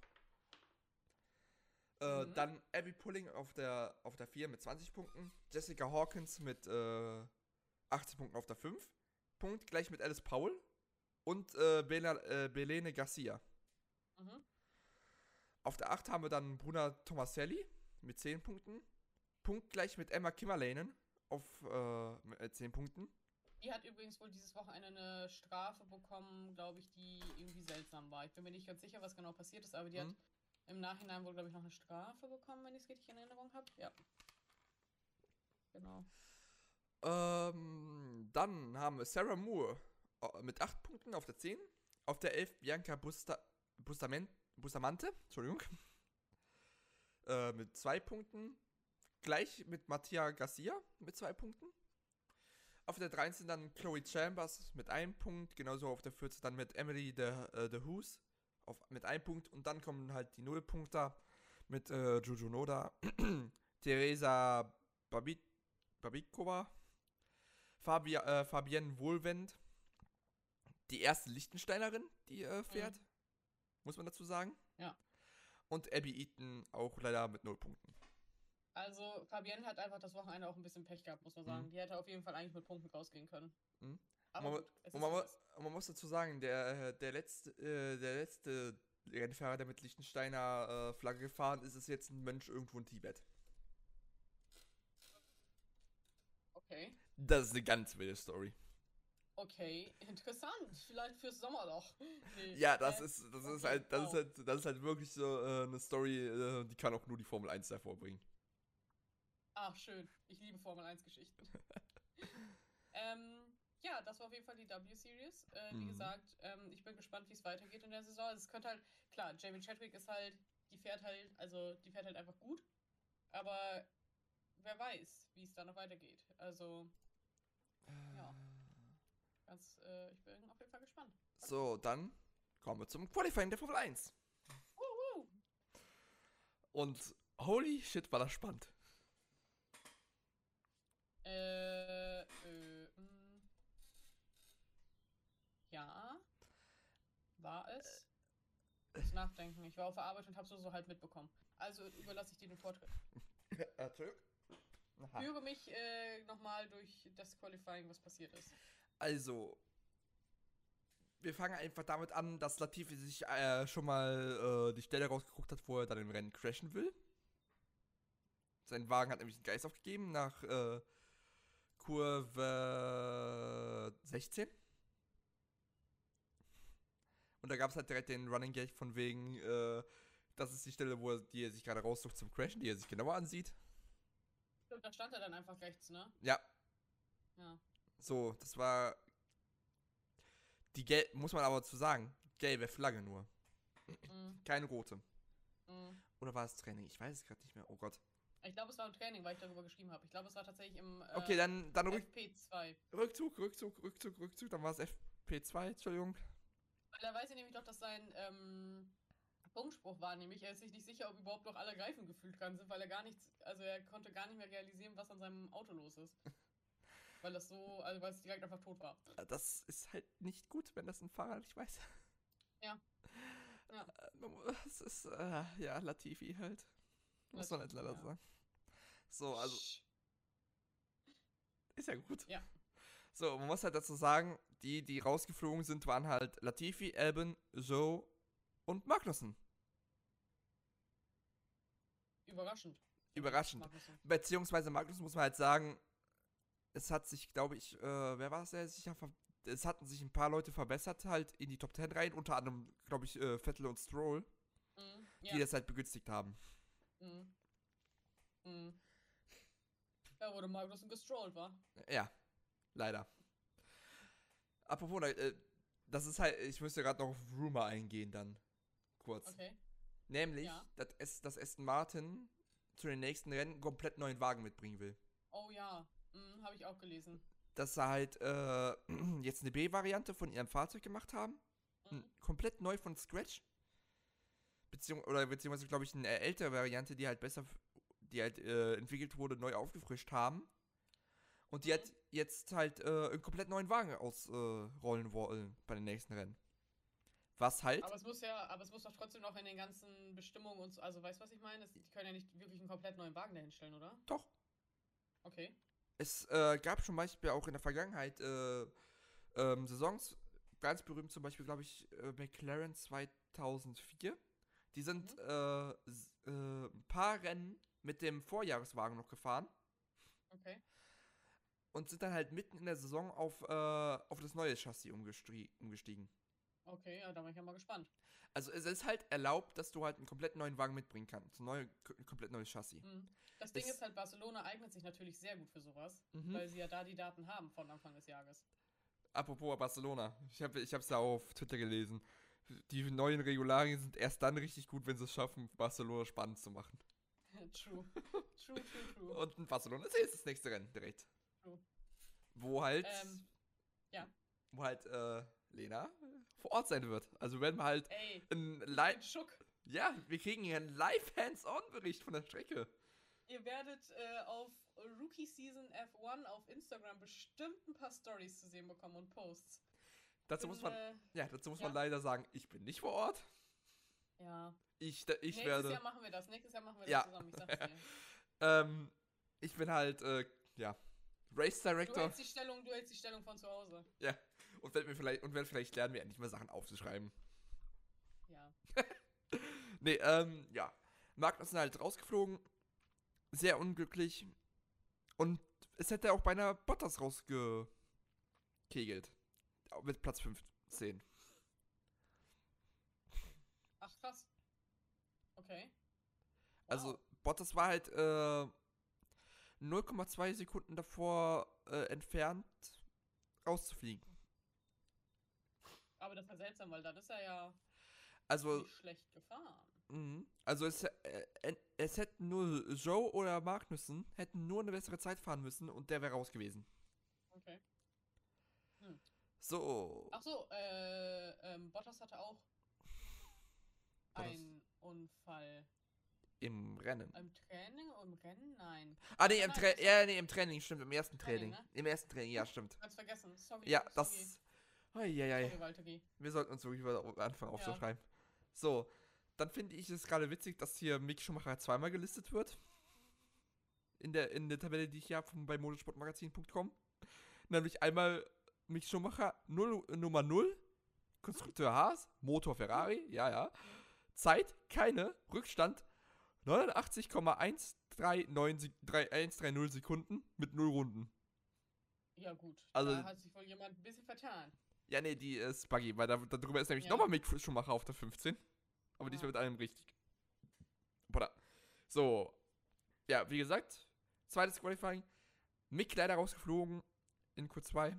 Äh, Mhm. Dann Abby Pulling auf der, auf der vier mit zwanzig Punkten. Jessica Hawkins mit äh, achtzehn Punkten auf der fünf. Punkt gleich mit Alice Powell. Und äh, Bela, äh, Belene Garcia. Mhm. Auf der acht haben wir dann Bruna Tomaselli mit zehn Punkten. Punkt gleich mit Emma Kimmerlänen auf äh, mit zehn Punkten. Die hat übrigens wohl dieses Wochenende eine Strafe bekommen, glaube ich, die irgendwie seltsam war. Ich bin mir nicht ganz sicher, was genau passiert ist, aber die Mhm. hat im Nachhinein wohl, glaube ich, noch eine Strafe bekommen, wenn ich es richtig in Erinnerung habe. Ja. Genau. Ähm, dann haben wir Sarah Moore äh, mit acht Punkten auf der zehn. Auf der elf Bianca Busta, Bustamen, Bustamante, Entschuldigung, äh, mit zwei Punkten. Gleich mit Mattia Garcia mit zwei Punkten. Auf der dreizehn dann Chloe Chambers mit einem Punkt. Genauso auf der vierzehn dann mit Emily de, äh, de Hoos auf, mit einem Punkt. Und dann kommen halt die Nullpunkter mit äh, Juju Noda, Teresa Babit, Babikova, Fabi, äh, Fabienne Wohlwend, die erste Liechtensteinerin, die äh, fährt, Mhm. muss man dazu sagen. Ja. Und Abby Eaton auch leider mit null Punkten. Also, Fabienne hat einfach das Wochenende auch ein bisschen Pech gehabt, muss man sagen. Mhm. Die hätte auf jeden Fall eigentlich mit Punkten rausgehen können. Mhm. Aber Man, gut, es und ist man, wie mu- es ist. und man muss dazu sagen, der, äh, der letzte, äh, der letzte Rennfahrer, der mit Liechtensteiner äh, Flagge gefahren ist, ist jetzt ein Mönch irgendwo in Tibet. Okay. Das ist eine ganz wilde Story. Okay, interessant. Vielleicht fürs Sommerloch. Nee. Ja, das äh, ist, das ist okay, halt, das ist wow. halt, das ist halt wirklich so äh, eine Story, äh, die kann auch nur die Formel eins hervorbringen. Ach, schön. Ich liebe Formel eins Geschichten. ähm, ja, das war auf jeden Fall die W-Series. Äh, wie Mhm. gesagt, ähm, ich bin gespannt, wie es weitergeht in der Saison. Also, es könnte halt, klar, Jamie Chadwick ist halt, die fährt halt, also die fährt halt einfach gut. Aber wer weiß, wie es da noch weitergeht. Also, ja. ganz, äh, ich bin auf jeden Fall gespannt. So, dann kommen wir zum Qualifying der Formel eins. Wuhu! Und holy shit, war das spannend. Äh, äh, mh. Ja. War es? Ich muss nachdenken. Ich war auf der Arbeit und habe so, so halt mitbekommen. Also überlasse ich dir den Vortritt. Führe mich äh, nochmal durch das Qualifying, was passiert ist. Also, wir fangen einfach damit an, dass Latifi sich äh, schon mal äh, die Stelle rausgeguckt hat, wo er dann im Rennen crashen will. Sein Wagen hat nämlich den Geist aufgegeben nach äh, Kurve sechzehn. Und da gab es halt direkt den Running Gag von wegen, äh, das ist die Stelle, wo er, die er sich gerade raussucht zum Crashen, die er sich genauer ansieht. Stimmt, da stand er dann einfach rechts, ne? Ja, Ja. so, das war die Gel muss man aber dazu sagen, gelbe Flagge nur. Mm, Keine rote. mm. Oder war es Training? Ich weiß es gerade nicht mehr. Oh Gott. Ich glaube, es war im Training, weil ich darüber geschrieben habe. Ich glaube, es war tatsächlich im äh, Okay, dann, dann rück, F P zwei. Rückzug, Rückzug, Rückzug, Rückzug. Dann war es F P zwei, Entschuldigung. Weil da weiß ich nämlich doch, dass sein ähm, Punktspruch war, nämlich er ist sich nicht sicher, ob überhaupt noch alle Reifen gefühlt dran sind, weil er gar nichts, also er konnte gar nicht mehr realisieren, was an seinem Auto los ist. Weil das so, also weil es direkt einfach tot war. Das ist halt nicht gut, wenn das ein Fahrer nicht weiß. Ja. Ja. Es ist, äh, ja, Latifi halt. Muss man halt leider ja. sagen. So, also. Ist ja gut. Ja. So, man muss halt dazu sagen, die, die rausgeflogen sind, waren halt Latifi, Albon, Zhou und Magnussen. Überraschend. Überraschend. Magnussen. Beziehungsweise Magnussen muss man halt sagen, es hat sich, glaube ich, äh, wer war es, der sich ja ver es hatten sich ein paar Leute verbessert halt in die Top Ten rein, unter anderem, glaube ich, äh, Vettel und Stroll, Mhm. die Ja. das halt begünstigt haben. Mhm. Mhm. Ja, wurde Magnussen gestrollt, war. Ja, leider. Apropos, äh, das ist halt, ich müsste gerade noch auf Rumor eingehen dann, kurz. Okay. Nämlich, Ja. dass, es, dass Aston Martin zu den nächsten Rennen einen komplett neuen Wagen mitbringen will. Oh ja, mhm, habe ich auch gelesen. Dass sie halt äh, jetzt eine B-Variante von ihrem Fahrzeug gemacht haben. Mhm. Komplett neu von Scratch. Beziehung oder beziehungsweise, glaube ich, eine ältere Variante, die halt besser, die halt äh, entwickelt wurde, neu aufgefrischt haben. Und die Mhm. halt jetzt halt äh, einen komplett neuen Wagen ausrollen äh, wollen bei den nächsten Rennen. Was halt. Aber es muss ja, aber es muss doch trotzdem noch in den ganzen Bestimmungen und so, also weißt du, was ich meine? Es, die können ja nicht wirklich einen komplett neuen Wagen dahinstellen, oder? Doch. Okay. Es äh, gab zum Beispiel auch in der Vergangenheit äh, ähm, Saisons, ganz berühmt zum Beispiel, glaube ich, äh, McLaren zweitausendvier. Die sind Mhm. äh, s- äh, ein paar Rennen mit dem Vorjahreswagen noch gefahren Okay. und sind dann halt mitten in der Saison auf, äh, auf das neue Chassis umgestie umgestiegen. Okay, ja, da bin ich ja mal gespannt. Also es ist halt erlaubt, dass du halt einen komplett neuen Wagen mitbringen kannst. Ein, neue, ein komplett neues Chassis. Mhm. Das Ding Es- ist halt, Barcelona eignet sich natürlich sehr gut für sowas, Mhm. weil sie ja da die Daten haben von Anfang des Jahres. Apropos Barcelona. Ich habe ich hab's ja auf Twitter gelesen. Die neuen Regularien sind erst dann richtig gut, wenn sie es schaffen, Barcelona spannend zu machen. True. True, true, true. Und in Barcelona ist jetzt das nächste Rennen direkt. True. Wo halt. Ähm, ja. Wo halt, äh, Lena vor Ort sein wird. Also werden wir halt Ey, ein ich Live. bin schock. Ja, wir kriegen hier einen Live-Hands-on-Bericht von der Strecke. Ihr werdet äh, auf Rookie Season F eins auf Instagram bestimmt ein paar Stories zu sehen bekommen und Posts. Dazu Bin, muss man. äh, Ja, dazu muss ja. man leider sagen, ich bin nicht vor Ort. ja. Ich, da- ich Nächstes werde. Jahr machen wir das. Nächstes Jahr machen wir das Ja. zusammen. Ich sag's dir. Ähm, ich bin halt, äh, ja, Race Du Director. hältst die Stellung, du hältst die Stellung von zu Hause. Ja. Und werde mir vielleicht, und werd vielleicht lernen, mir endlich mal Sachen aufzuschreiben. Ja. Nee, ähm, ja. Magnussen halt rausgeflogen. Sehr unglücklich. Und es hätte auch beinahe Bottas rausgekegelt. Mit Platz fünfzehn. Ach krass. Okay. Wow. Also, Bottas war halt äh, null Komma zwei Sekunden davor äh, entfernt, rauszufliegen. Aber das ist ja seltsam, weil dann ist er ja Also, nicht schlecht gefahren. mh, also es, äh, es hätten nur Joe oder Magnussen hätten nur eine bessere Zeit fahren müssen und der wäre raus gewesen. Okay. So. Ach so, äh, ähm, Bottas hatte auch Bottas. einen Unfall. Im Rennen. Im Training oder im Rennen? Nein. Ah, nee, im, Nein, Tra das- ja, nee, im Training, stimmt, im ersten Training, Training. ne? Im ersten Training, ja, stimmt. Ganz vergessen. Sorry. Ja, sorry. das. Eieiei. Sorry, Walter-G. Wir sollten uns wirklich mal anfangen Ja. aufzuschreiben. So, dann finde ich es gerade witzig, dass hier Mick Schumacher zweimal gelistet wird. In der, in der Tabelle, die ich hier habe bei motorsportmagazin punkt com. Nämlich einmal Mick Schumacher null, Nummer null, Konstrukteur Haas, Motor Ferrari, ja, ja. Zeit, keine, Rückstand neunundachtzig Komma eins drei neun Sekunden mit null Runden. Ja, gut. Also- da hat sich wohl jemand ein bisschen vertan. Ja, nee, die ist buggy, weil da, darüber ist nämlich Ja. nochmal Mick Schumacher auf der fünfzehn. Aber diesmal mit allem richtig. Boah. So. Ja, wie gesagt, zweites Qualifying. Mick leider rausgeflogen in Q zwei.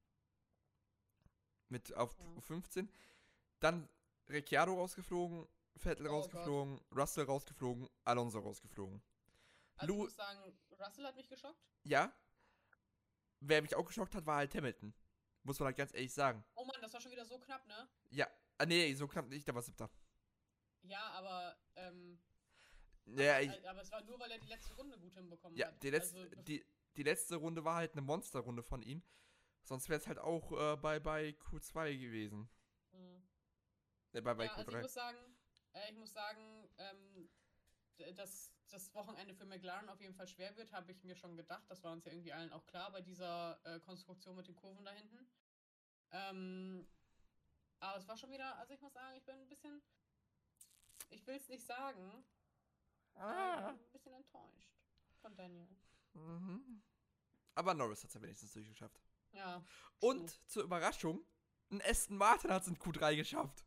Mit auf Ja. fünfzehn. Dann Ricciardo rausgeflogen, Vettel Oh rausgeflogen, Russell rausgeflogen, Alonso rausgeflogen. Also ich Lu- muss sagen, Russell hat mich geschockt. Ja, wer mich auch geschockt hat, war halt Hamilton. Muss man halt ganz ehrlich sagen. Oh Mann, das war schon wieder so knapp, ne? Ja, ah, nee, so knapp nicht, der war siebter. Ja, aber, ähm, Ja, aber, ich, äh, aber es war nur, weil er die letzte Runde gut hinbekommen ja hat. die, letzte, Also, bef- die, die letzte Runde war halt eine Monsterrunde von ihm. Sonst wäre es halt auch äh, bei, bei Q zwei gewesen. mh. Äh, bei, bei Ja, also ich Q drei. muss sagen, äh, ich muss sagen, ähm, d- dass das Wochenende für McLaren auf jeden Fall schwer wird, habe ich mir schon gedacht. Das war uns ja irgendwie allen auch klar bei dieser äh, Konstruktion mit den Kurven da hinten. Ähm, aber es war schon wieder, also ich muss sagen, ich bin ein bisschen, ich will es nicht sagen, aber ich Ah. bin ein bisschen enttäuscht von Daniel. Mhm. Aber Norris hat es ja wenigstens durchgeschafft. Ja. Und true. zur Überraschung, ein Aston Martin hat es in Q drei geschafft.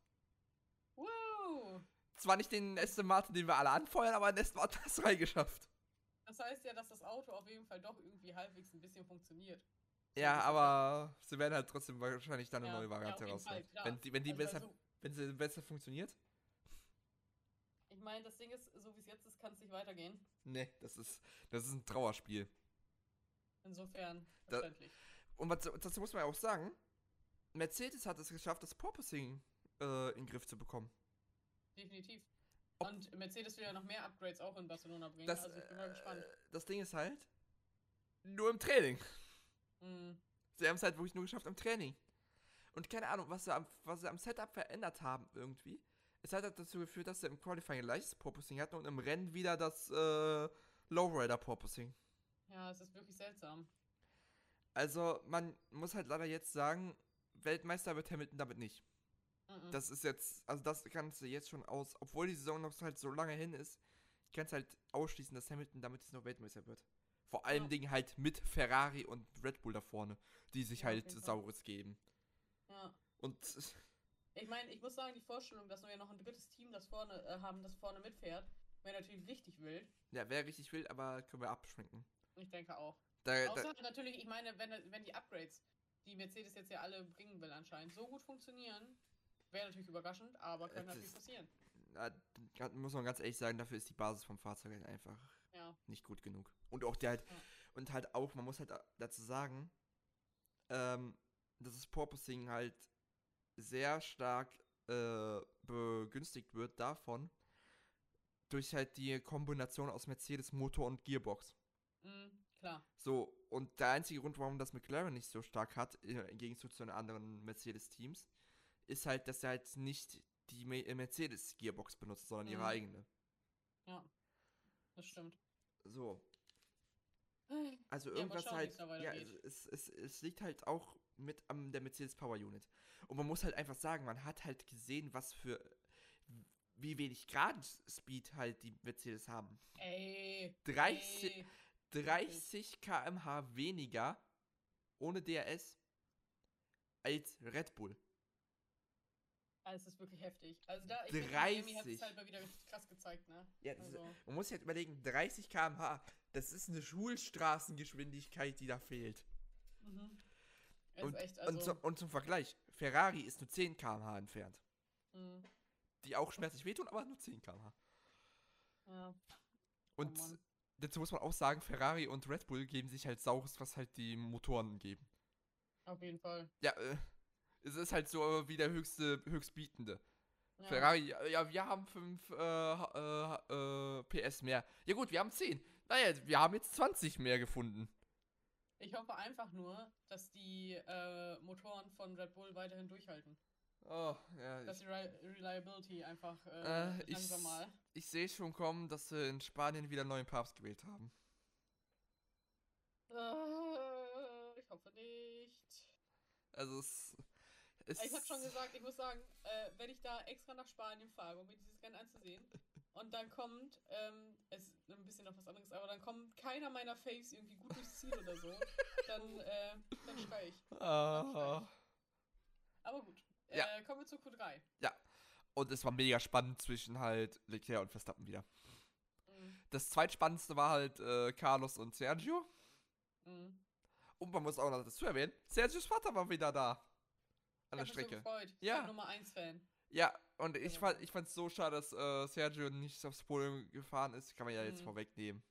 Wow! Zwar nicht den Aston Martin, den wir alle anfeuern, aber ein Aston Martin hat es reingeschafft. Das heißt ja, dass das Auto auf jeden Fall doch irgendwie halbwegs ein bisschen funktioniert. So Ja, ein bisschen aber sie werden halt trotzdem wahrscheinlich dann eine Ja, neue ja, Variante auf jeden rausholen. Fall, klar. Wenn die, wenn die Also, besser, also, wenn sie besser funktioniert. ich meine, das Ding ist, so wie es jetzt ist, kann es nicht weitergehen. Nee, das ist, das ist ein Trauerspiel. Insofern Da- verständlich. Und was, dazu muss man ja auch sagen, Mercedes hat es geschafft, das Porpoising äh, in den Griff zu bekommen. Definitiv. Ob- Und Mercedes will ja noch mehr Upgrades auch in Barcelona bringen. Das, also ich bin mal gespannt. äh, das Ding ist halt, nur im Training. Mhm. Sie haben es halt wirklich nur geschafft im Training. Und keine Ahnung, was sie am, was sie am Setup verändert haben irgendwie. Es hat halt dazu geführt, dass sie im Qualifying ein leichtes Porpoising hatten und im Rennen wieder das äh, Lowrider Porpoising. Ja, es ist wirklich seltsam. Also man muss halt leider jetzt sagen, Weltmeister wird Hamilton damit nicht. Mhm. Das ist jetzt, also das kannst du jetzt schon aus, obwohl die Saison noch halt so lange hin ist, kannst du halt ausschließen, dass Hamilton damit jetzt noch Weltmeister wird. Vor allen Ja. Dingen halt mit Ferrari und Red Bull da vorne, die sich Ja, auf halt jeden Fall. Saures geben. Ja. Und Ich meine, ich muss sagen, die Vorstellung, dass wir noch ein drittes Team das vorne äh, haben, das vorne mitfährt, wäre natürlich richtig wild. ja, wer richtig will, aber können wir abschminken. Ich denke auch. Da, Außer da, natürlich, ich meine, wenn, wenn die Upgrades, die Mercedes jetzt ja alle bringen will anscheinend, so gut funktionieren, wäre natürlich überraschend, aber könnte Es natürlich ist- passieren. na, da muss man ganz ehrlich sagen, dafür ist die Basis vom Fahrzeug halt einfach Ja. nicht gut genug. Und auch der halt, Ja. und halt auch, man muss halt dazu sagen, ähm, dass das Porpoising halt sehr stark äh, begünstigt wird davon, durch halt die Kombination aus Mercedes Motor und Gearbox. Mhm, klar. So, und der einzige Grund, warum das McLaren nicht so stark hat, äh, im Gegensatz zu den anderen Mercedes-Teams, ist halt, dass er halt nicht die Me- Mercedes-Gearbox benutzt, sondern ihre Mhm. eigene. Ja. Das stimmt. So, also Ja, irgendwas mal schauen, wie halt, es da ja, weitergeht. es, es, es, es liegt halt auch mit am der Mercedes Power Unit. Und man muss halt einfach sagen, man hat halt gesehen, was für, wie wenig Grad Speed halt die Mercedes haben. Ey. dreißig, ey. dreißig Kilometer pro Stunde weniger ohne D R S als Red Bull. Also, es ist wirklich heftig. Also, da, ich finde, Miami hat es dreißig. halt mal wieder richtig krass gezeigt, ne? Ja, das ist, Also, man muss sich halt überlegen, dreißig Kilometer pro Stunde, das ist eine Schulstraßengeschwindigkeit, die da fehlt. mhm. Es Und, ist echt, und, also. zum, und zum Vergleich, Ferrari ist nur zehn Kilometer pro Stunde entfernt. mh, Die auch schmerzlich wehtun, aber nur zehn Kilometer pro Stunde. ja. Und Oh Mann. dazu muss man auch sagen, Ferrari und Red Bull geben sich halt Saures, was halt die Motoren geben. Auf jeden Fall. Ja, äh, es ist halt so wie der höchste, höchstbietende. Ja. Ferrari, ja, ja, wir haben fünf äh, äh, äh, P S mehr. Ja gut, wir haben zehn. Naja, wir haben jetzt zwanzig mehr gefunden. Ich hoffe einfach nur, dass die äh, Motoren von Red Bull weiterhin durchhalten. Oh, ja, Dass ich, die Re Reliability einfach äh, äh, ich, langsam mal. ich sehe schon kommen, dass sie in Spanien wieder einen neuen Papst gewählt haben. Äh, ich hoffe nicht. Also es, es Ich habe schon gesagt, ich muss sagen, äh, wenn ich da extra nach Spanien fahre, um mir dieses Rennen anzusehen, und dann kommt, ähm, es ist ein bisschen noch was anderes, aber dann kommt keiner meiner Faves irgendwie gut durchs Ziel oder so, dann, äh, dann schrei ich. Ah. Aber gut, Ja. äh, kommen wir zu Q drei. Und es war mega spannend zwischen halt Leclerc und Verstappen wieder. Mhm. Das zweitspannendste war halt äh, Carlos und Sergio. Mhm. Und man muss auch noch dazu erwähnen, Sergios Vater war wieder da. An Ich der hab mich so Strecke. gefreut. Ich Ja. bin Nummer eins Fan. Ja, und ich Ja. fand ich fand's so schade, dass äh, Sergio nicht aufs Podium gefahren ist. Kann man ja jetzt Mhm. vorwegnehmen.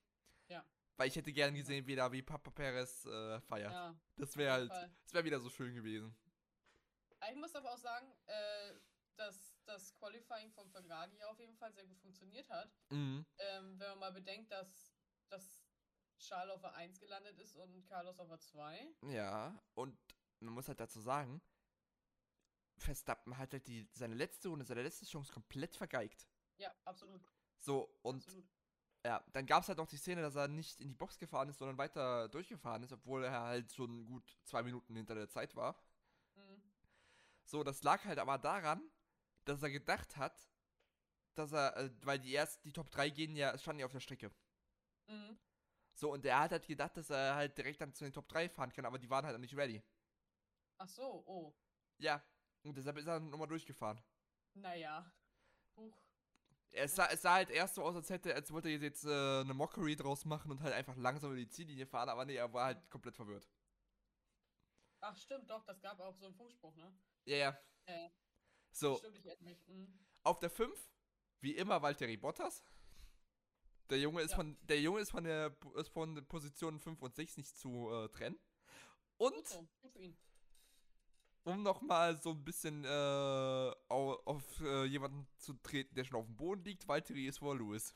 Ja. Weil ich hätte gern gesehen, wie da wie Papa Perez äh, feiert. Ja, Das wäre auf jeden halt, Fall. das wäre wieder so schön gewesen. Ich muss aber auch sagen, äh, dass das Qualifying von Ferrari auf jeden Fall sehr gut funktioniert hat. Mhm. Ähm, wenn man mal bedenkt, dass, dass Charles auf der eins gelandet ist und Carlos auf der zwei. Ja, und man muss halt dazu sagen, Verstappen hat halt die, seine letzte Runde, seine letzte Chance komplett vergeigt. Ja, absolut. So, und absolut. ja, dann gab es halt noch die Szene, dass er nicht in die Box gefahren ist, sondern weiter durchgefahren ist, obwohl er halt schon gut zwei Minuten hinter der Zeit war. Mhm. So, das lag halt aber daran, dass er gedacht hat, dass er, äh, weil die erst, die Top drei gehen ja, standen ja auf der Strecke. Mhm. So, und er hat halt gedacht, dass er halt direkt dann zu den Top drei fahren kann, aber die waren halt noch nicht ready. Ach so, oh. Ja, und deshalb ist er nochmal durchgefahren. Naja. Huch. Es sah, es sah halt erst so aus, als hätte, als wollte er jetzt äh, eine Mockery draus machen und halt einfach langsam über die Ziellinie fahren, aber nee, er war halt komplett verwirrt. Ach, stimmt, doch, das gab auch so einen Funkspruch, ne? Ja, ja. Äh, So, Stimmt, ich erinnere mich. Mhm. auf der fünf, wie immer, Valtteri Bottas. Der Junge ist Ja. von der Junge ist von der ist von den Positionen fünf und sechs nicht zu äh, trennen. Gut Und so, gut für ihn. um nochmal so ein bisschen äh, auf, auf äh, jemanden zu treten, der schon auf dem Boden liegt, Valtteri ist vor Lewis.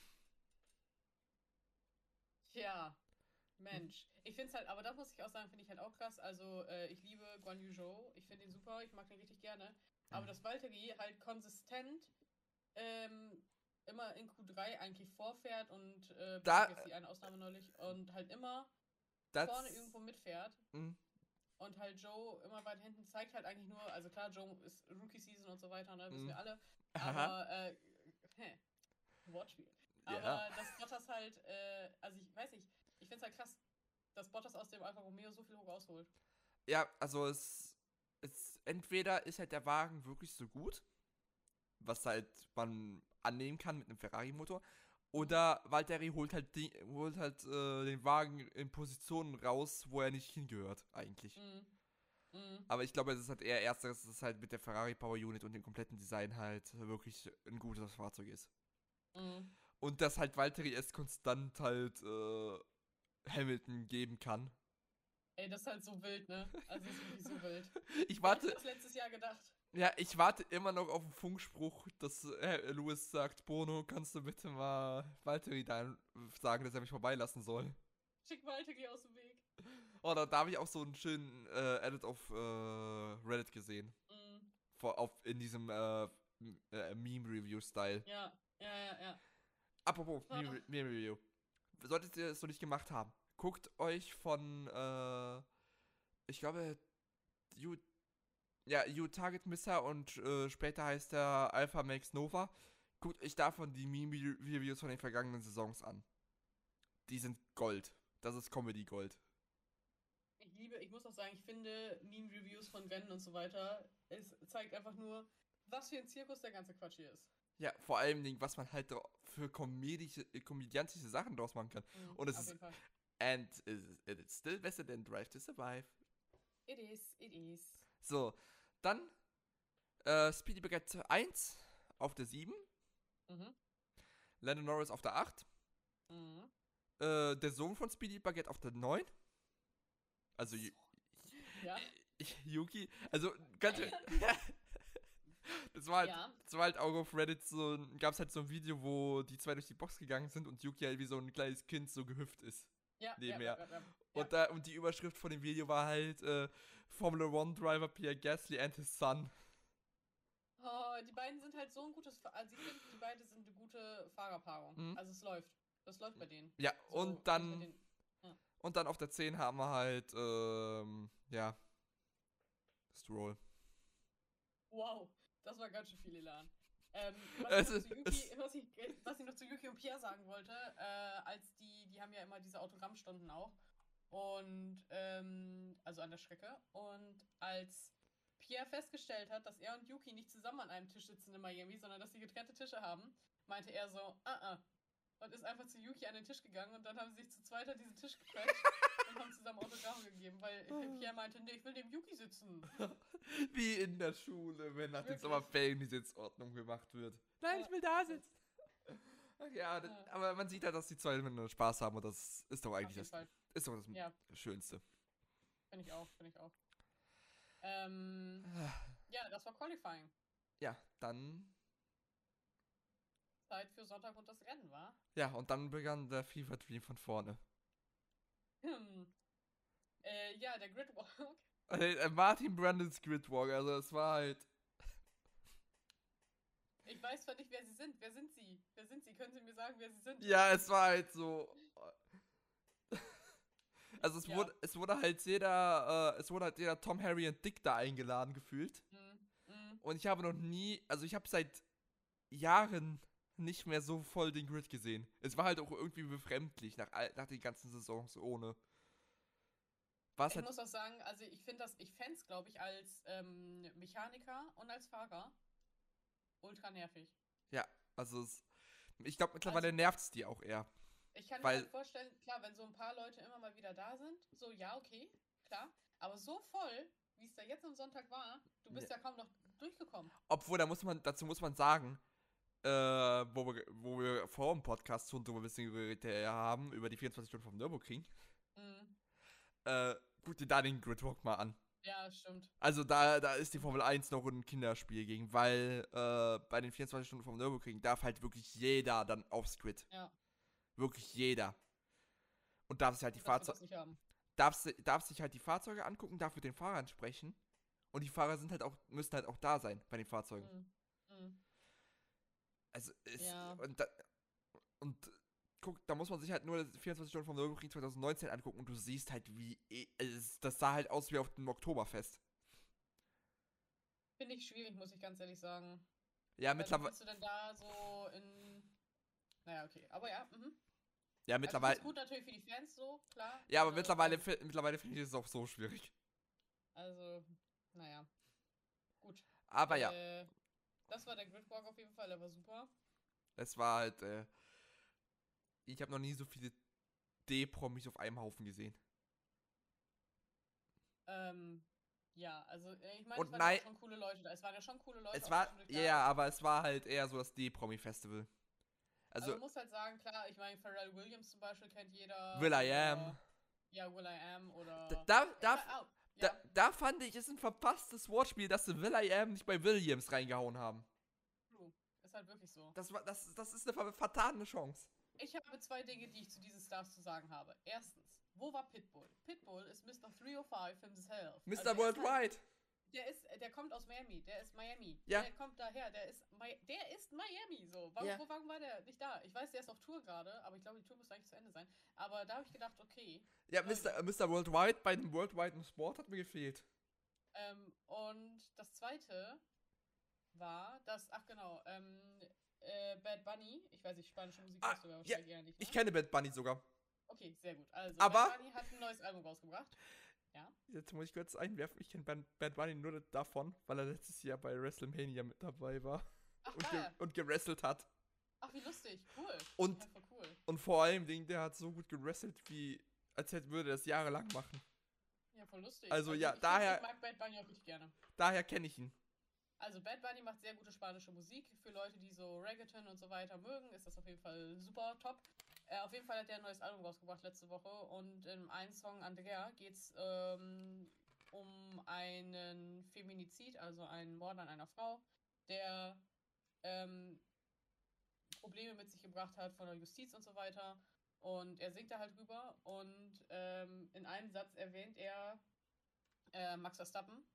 Tja, Mensch. Ich finde es halt, aber das muss ich auch sagen, finde ich halt auch krass. Also, äh, ich liebe Guan Yu Zhou. Ich finde ihn super, ich mag den richtig gerne. Aber Mhm. dass Valtteri halt konsistent ähm, immer in Q drei eigentlich vorfährt und äh, bis Da- auf jetzt die eine Ausnahme neulich und halt immer Das, vorne irgendwo mitfährt mh, und halt Joe immer weit hinten zeigt halt eigentlich nur, also klar, Joe ist Rookie-Season und so weiter, ne, wissen Mhm. wir alle. Haha. Aber, äh, hä, Wortspiel. Ja. Aber dass Bottas halt, äh, also ich weiß nicht, ich finde es halt krass, dass Bottas aus dem Alfa Romeo so viel hoch ausholt. Ja, also es, es entweder ist halt der Wagen wirklich so gut, was halt man annehmen kann mit einem Ferrari-Motor, oder Valtteri holt halt, die, holt halt äh, den Wagen in Positionen raus, wo er nicht hingehört, eigentlich. Mhm. Mhm. Aber ich glaube, es ist halt eher ersteres, dass es halt mit der Ferrari Power Unit und dem kompletten Design halt wirklich ein gutes Fahrzeug ist. Mhm. Und dass halt Valtteri es konstant halt äh, Hamilton geben kann. Ey, das ist halt so wild, ne? Also das ist wirklich so wild. Ich Wer hätte warte, das letztes Jahr gedacht? ja, ich warte immer noch auf den Funkspruch, dass äh, Lewis sagt, Bono, kannst du bitte mal Valtteri da sagen, dass er mich vorbeilassen soll. Schick Valtteri aus dem Weg. Oder da habe ich auch so einen schönen äh, Edit auf äh, Reddit gesehen. Mhm. Vor, auf, in diesem äh, m- äh, Meme-Review-Style. Ja, ja, ja, ja. Apropos Ah. Meme- Meme-Review. Solltet ihr es noch nicht gemacht haben, guckt euch von, äh, ich glaube, You, ja, You Target Misser und äh, später heißt er Alpha Max Nova. Guckt euch davon die Meme-Reviews von den vergangenen Saisons an. Die sind Gold. Das ist Comedy-Gold. Ich liebe, ich muss auch sagen, ich finde Meme-Reviews von Rennen und so weiter, es zeigt einfach nur, was für ein Zirkus der ganze Quatsch hier ist. Ja, vor allem, Dingen, was man halt dra- für komödische, äh, komödiantische Sachen draus machen kann. Mhm, Und es auf ist, jeden Fall. and it is still better than Drive to Survive. It is, it is. So, dann äh, Speedy Baguette eins auf der sieben, Mhm. Lando Norris auf der acht, Mhm. äh, der Sohn von Speedy Baguette auf der neun. Also Yu- Ja. Yuki, also ganz das war halt, Ja. das war halt auch auf Reddit so, gab es halt so ein Video, wo die zwei durch die Box gegangen sind und Yuki halt wie so ein kleines Kind so gehüpft ist. Ja, ja, nebenher. ja, ja, ja. Und, da, und die Überschrift von dem Video war halt äh, Formula One Driver Pierre Gasly and his son. Oh, die beiden sind halt so ein gutes, Fa- also ich finde, die beiden sind eine gute Fahrerpaarung. Mhm. Also es läuft. Das läuft bei denen. Ja, So, und nicht bei dann den- und dann auf der zehn haben wir halt, ähm, ja, Stroll. Wow, das war ganz schön viel Elan. Ähm, Es was, ich ist- noch zu Yuki, was, ich, was ich noch zu Yuki und Pierre sagen wollte, äh, als die, die haben ja immer diese Autogrammstunden auch. Und, ähm, also an der Strecke. Und als Pierre festgestellt hat, dass er und Yuki nicht zusammen an einem Tisch sitzen in Miami, sondern dass sie getrennte Tische haben, meinte er so, ah, ah. Und ist einfach zu Yuki an den Tisch gegangen und dann haben sie sich zu zweit an diesen Tisch gequetscht und haben zusammen Autogramme gegeben, weil Pierre meinte, nee, ich will neben Yuki sitzen. Wie in der Schule, wenn nach den Wirklich? Sommerferien die Sitzordnung gemacht wird. Nein, Ja. ich will da sitzen. Ja, das, Ja. aber man sieht halt, dass die zwei miteinander Spaß haben und das ist doch Auf eigentlich jeden das, Fall. ist doch das Ja, Schönste. finde ich auch, finde ich auch. Ähm, ja, das war Qualifying. Ja, dann, Zeit für Sonntag und das Rennen, war. ja, und dann begann der FIFA-Dream von vorne. Hm. Äh, ja, der Gridwalk. Äh, Martin Brandons Gridwalk, also es war halt, Ich weiß zwar nicht, wer sie sind. Wer sind sie? Wer sind sie? Können Sie mir sagen, wer sie sind? ja, es war halt so. Also es Ja. wurde, es wurde halt jeder, äh, es wurde halt jeder Tom, Harry und Dick da eingeladen gefühlt. Mm, mm. Und ich habe noch nie, also ich habe seit Jahren nicht mehr so voll den Grid gesehen. Es war halt auch irgendwie befremdlich nach, all- nach den ganzen Saisons ohne. War es Ich halt, muss auch sagen, also ich finde das, ich fände es, glaube ich, als ähm, Mechaniker und als Fahrer ultra nervig. ja, also es, ich glaube mittlerweile Also- nervt es die auch eher. Ich kann mir Weil- halt vorstellen, klar, wenn so ein paar Leute immer mal wieder da sind, so ja, okay, klar. Aber so voll, wie es da jetzt am Sonntag war, du bist ja, kaum noch durchgekommen. Obwohl, da muss man, dazu muss man sagen, äh, wo wir, wo wir vor dem Podcast schon drüber ein bisschen geredet haben, über die vierundzwanzig Stunden vom Nürburgring, Mm. äh, guck dir da den Gridwalk mal an. Ja, stimmt. Also da, da ist die Formel eins noch ein Kinderspiel gegen, weil äh, bei den vierundzwanzig Stunden vom Nürburgring darf halt wirklich jeder dann aufs Grid. Ja. Wirklich jeder. Und darf sich halt die Gut, dass wir Fahrzeuge, das nicht haben. darf, si- darf sich halt die Fahrzeuge angucken, darf mit den Fahrern sprechen. Und die Fahrer sind halt auch, müssen halt auch da sein bei den Fahrzeugen. Mm. Mm. Also ist, Ja. und, da, und guck, da muss man sich halt nur das vierundzwanzig Stunden vom Nürburgring zwanzig neunzehn angucken und du siehst halt wie, eh- es, das sah halt aus wie auf dem Oktoberfest. Finde ich schwierig, muss ich ganz ehrlich sagen. Ja, Weil wie mittlerweile, willst du denn da so in. Naja, okay. Aber ja, mhm. ja, Also mittlerweile, ist gut natürlich für die Fans so, klar. ja, aber Also, mittlerweile, ähm, fi- mittlerweile finde ich es auch so schwierig. Also, naja. Gut. Aber ja, Äh, das war der Gridwalk auf jeden Fall, der war super. es war halt, äh, ich habe noch nie so viele D-Promis auf einem Haufen gesehen. Ähm, ja, also äh, ich meine, Und es waren nein- ja schon coole Leute da. Es waren ja schon coole Leute. Es auch war, zwischendurch ja, da. ja, aber es war halt eher so das D-Promi-Festival. Also Also, man muss halt sagen, klar, ich meine, Pharrell Williams zum Beispiel kennt jeder. Will I oder- Am. Ja, Will I Am oder. Da, da, da, Oder- au, da, ja, da fand ich, ist ein verpasstes Wortspiel, dass sie Will I Am nicht bei Williams reingehauen haben. true. Ist halt wirklich so. Das, war, das, das ist eine ver- vertane Chance. Ich habe zwei Dinge, die ich zu diesen Stars zu sagen habe. Erstens, wo war Pitbull? Pitbull ist Mister dreihundertfünf himself. Mister Also er ist halt- Worldwide. Der ist, der kommt aus Miami, der ist Miami. Ja. Der kommt daher, der ist, Mi der ist Miami, so. Warum, Ja. wo, warum war der nicht da? Ich weiß, der ist auf Tour gerade, aber ich glaube, die Tour müsste eigentlich zu Ende sein. Aber da habe ich gedacht, okay. Ja, Leute. Mister, äh, Mister Worldwide bei dem Worldwide Sport hat mir gefehlt. Ähm, und das zweite war, dass, ach genau, ähm, äh, Bad Bunny, ich weiß nicht, spanische Musik Ah, hast du ja wahrscheinlich eher nicht, ne? Ich kenne Bad Bunny sogar. Okay, sehr gut. Also, Aber- Bad Bunny hat ein neues Album rausgebracht. Jetzt muss ich kurz einwerfen, ich kenne Bad, Bad Bunny nur davon, weil er letztes Jahr bei WrestleMania mit dabei war Ach, und, ge geil. und gewrestelt hat. Ach, wie lustig. Cool. Und- Ja, voll cool. Und vor allem, Ding, der hat so gut gewrestelt, wie als hätte würde er das jahrelang machen. Ja, voll lustig. Also, ja, ich, daher- Ich mag Bad Bunny auch richtig gerne. Daher kenne ich ihn. Also Bad Bunny macht sehr gute spanische Musik. Für Leute, die so Reggaeton und so weiter mögen, ist das auf jeden Fall super top. Äh, auf jeden Fall hat er ein neues Album rausgebracht letzte Woche und in einem Song, Andrea, geht es ähm, um einen Feminizid, also einen Mord an einer Frau, der ähm, Probleme mit sich gebracht hat von der Justiz und so weiter. Und er singt da halt drüber und ähm, in einem Satz erwähnt er äh, Max Verstappen.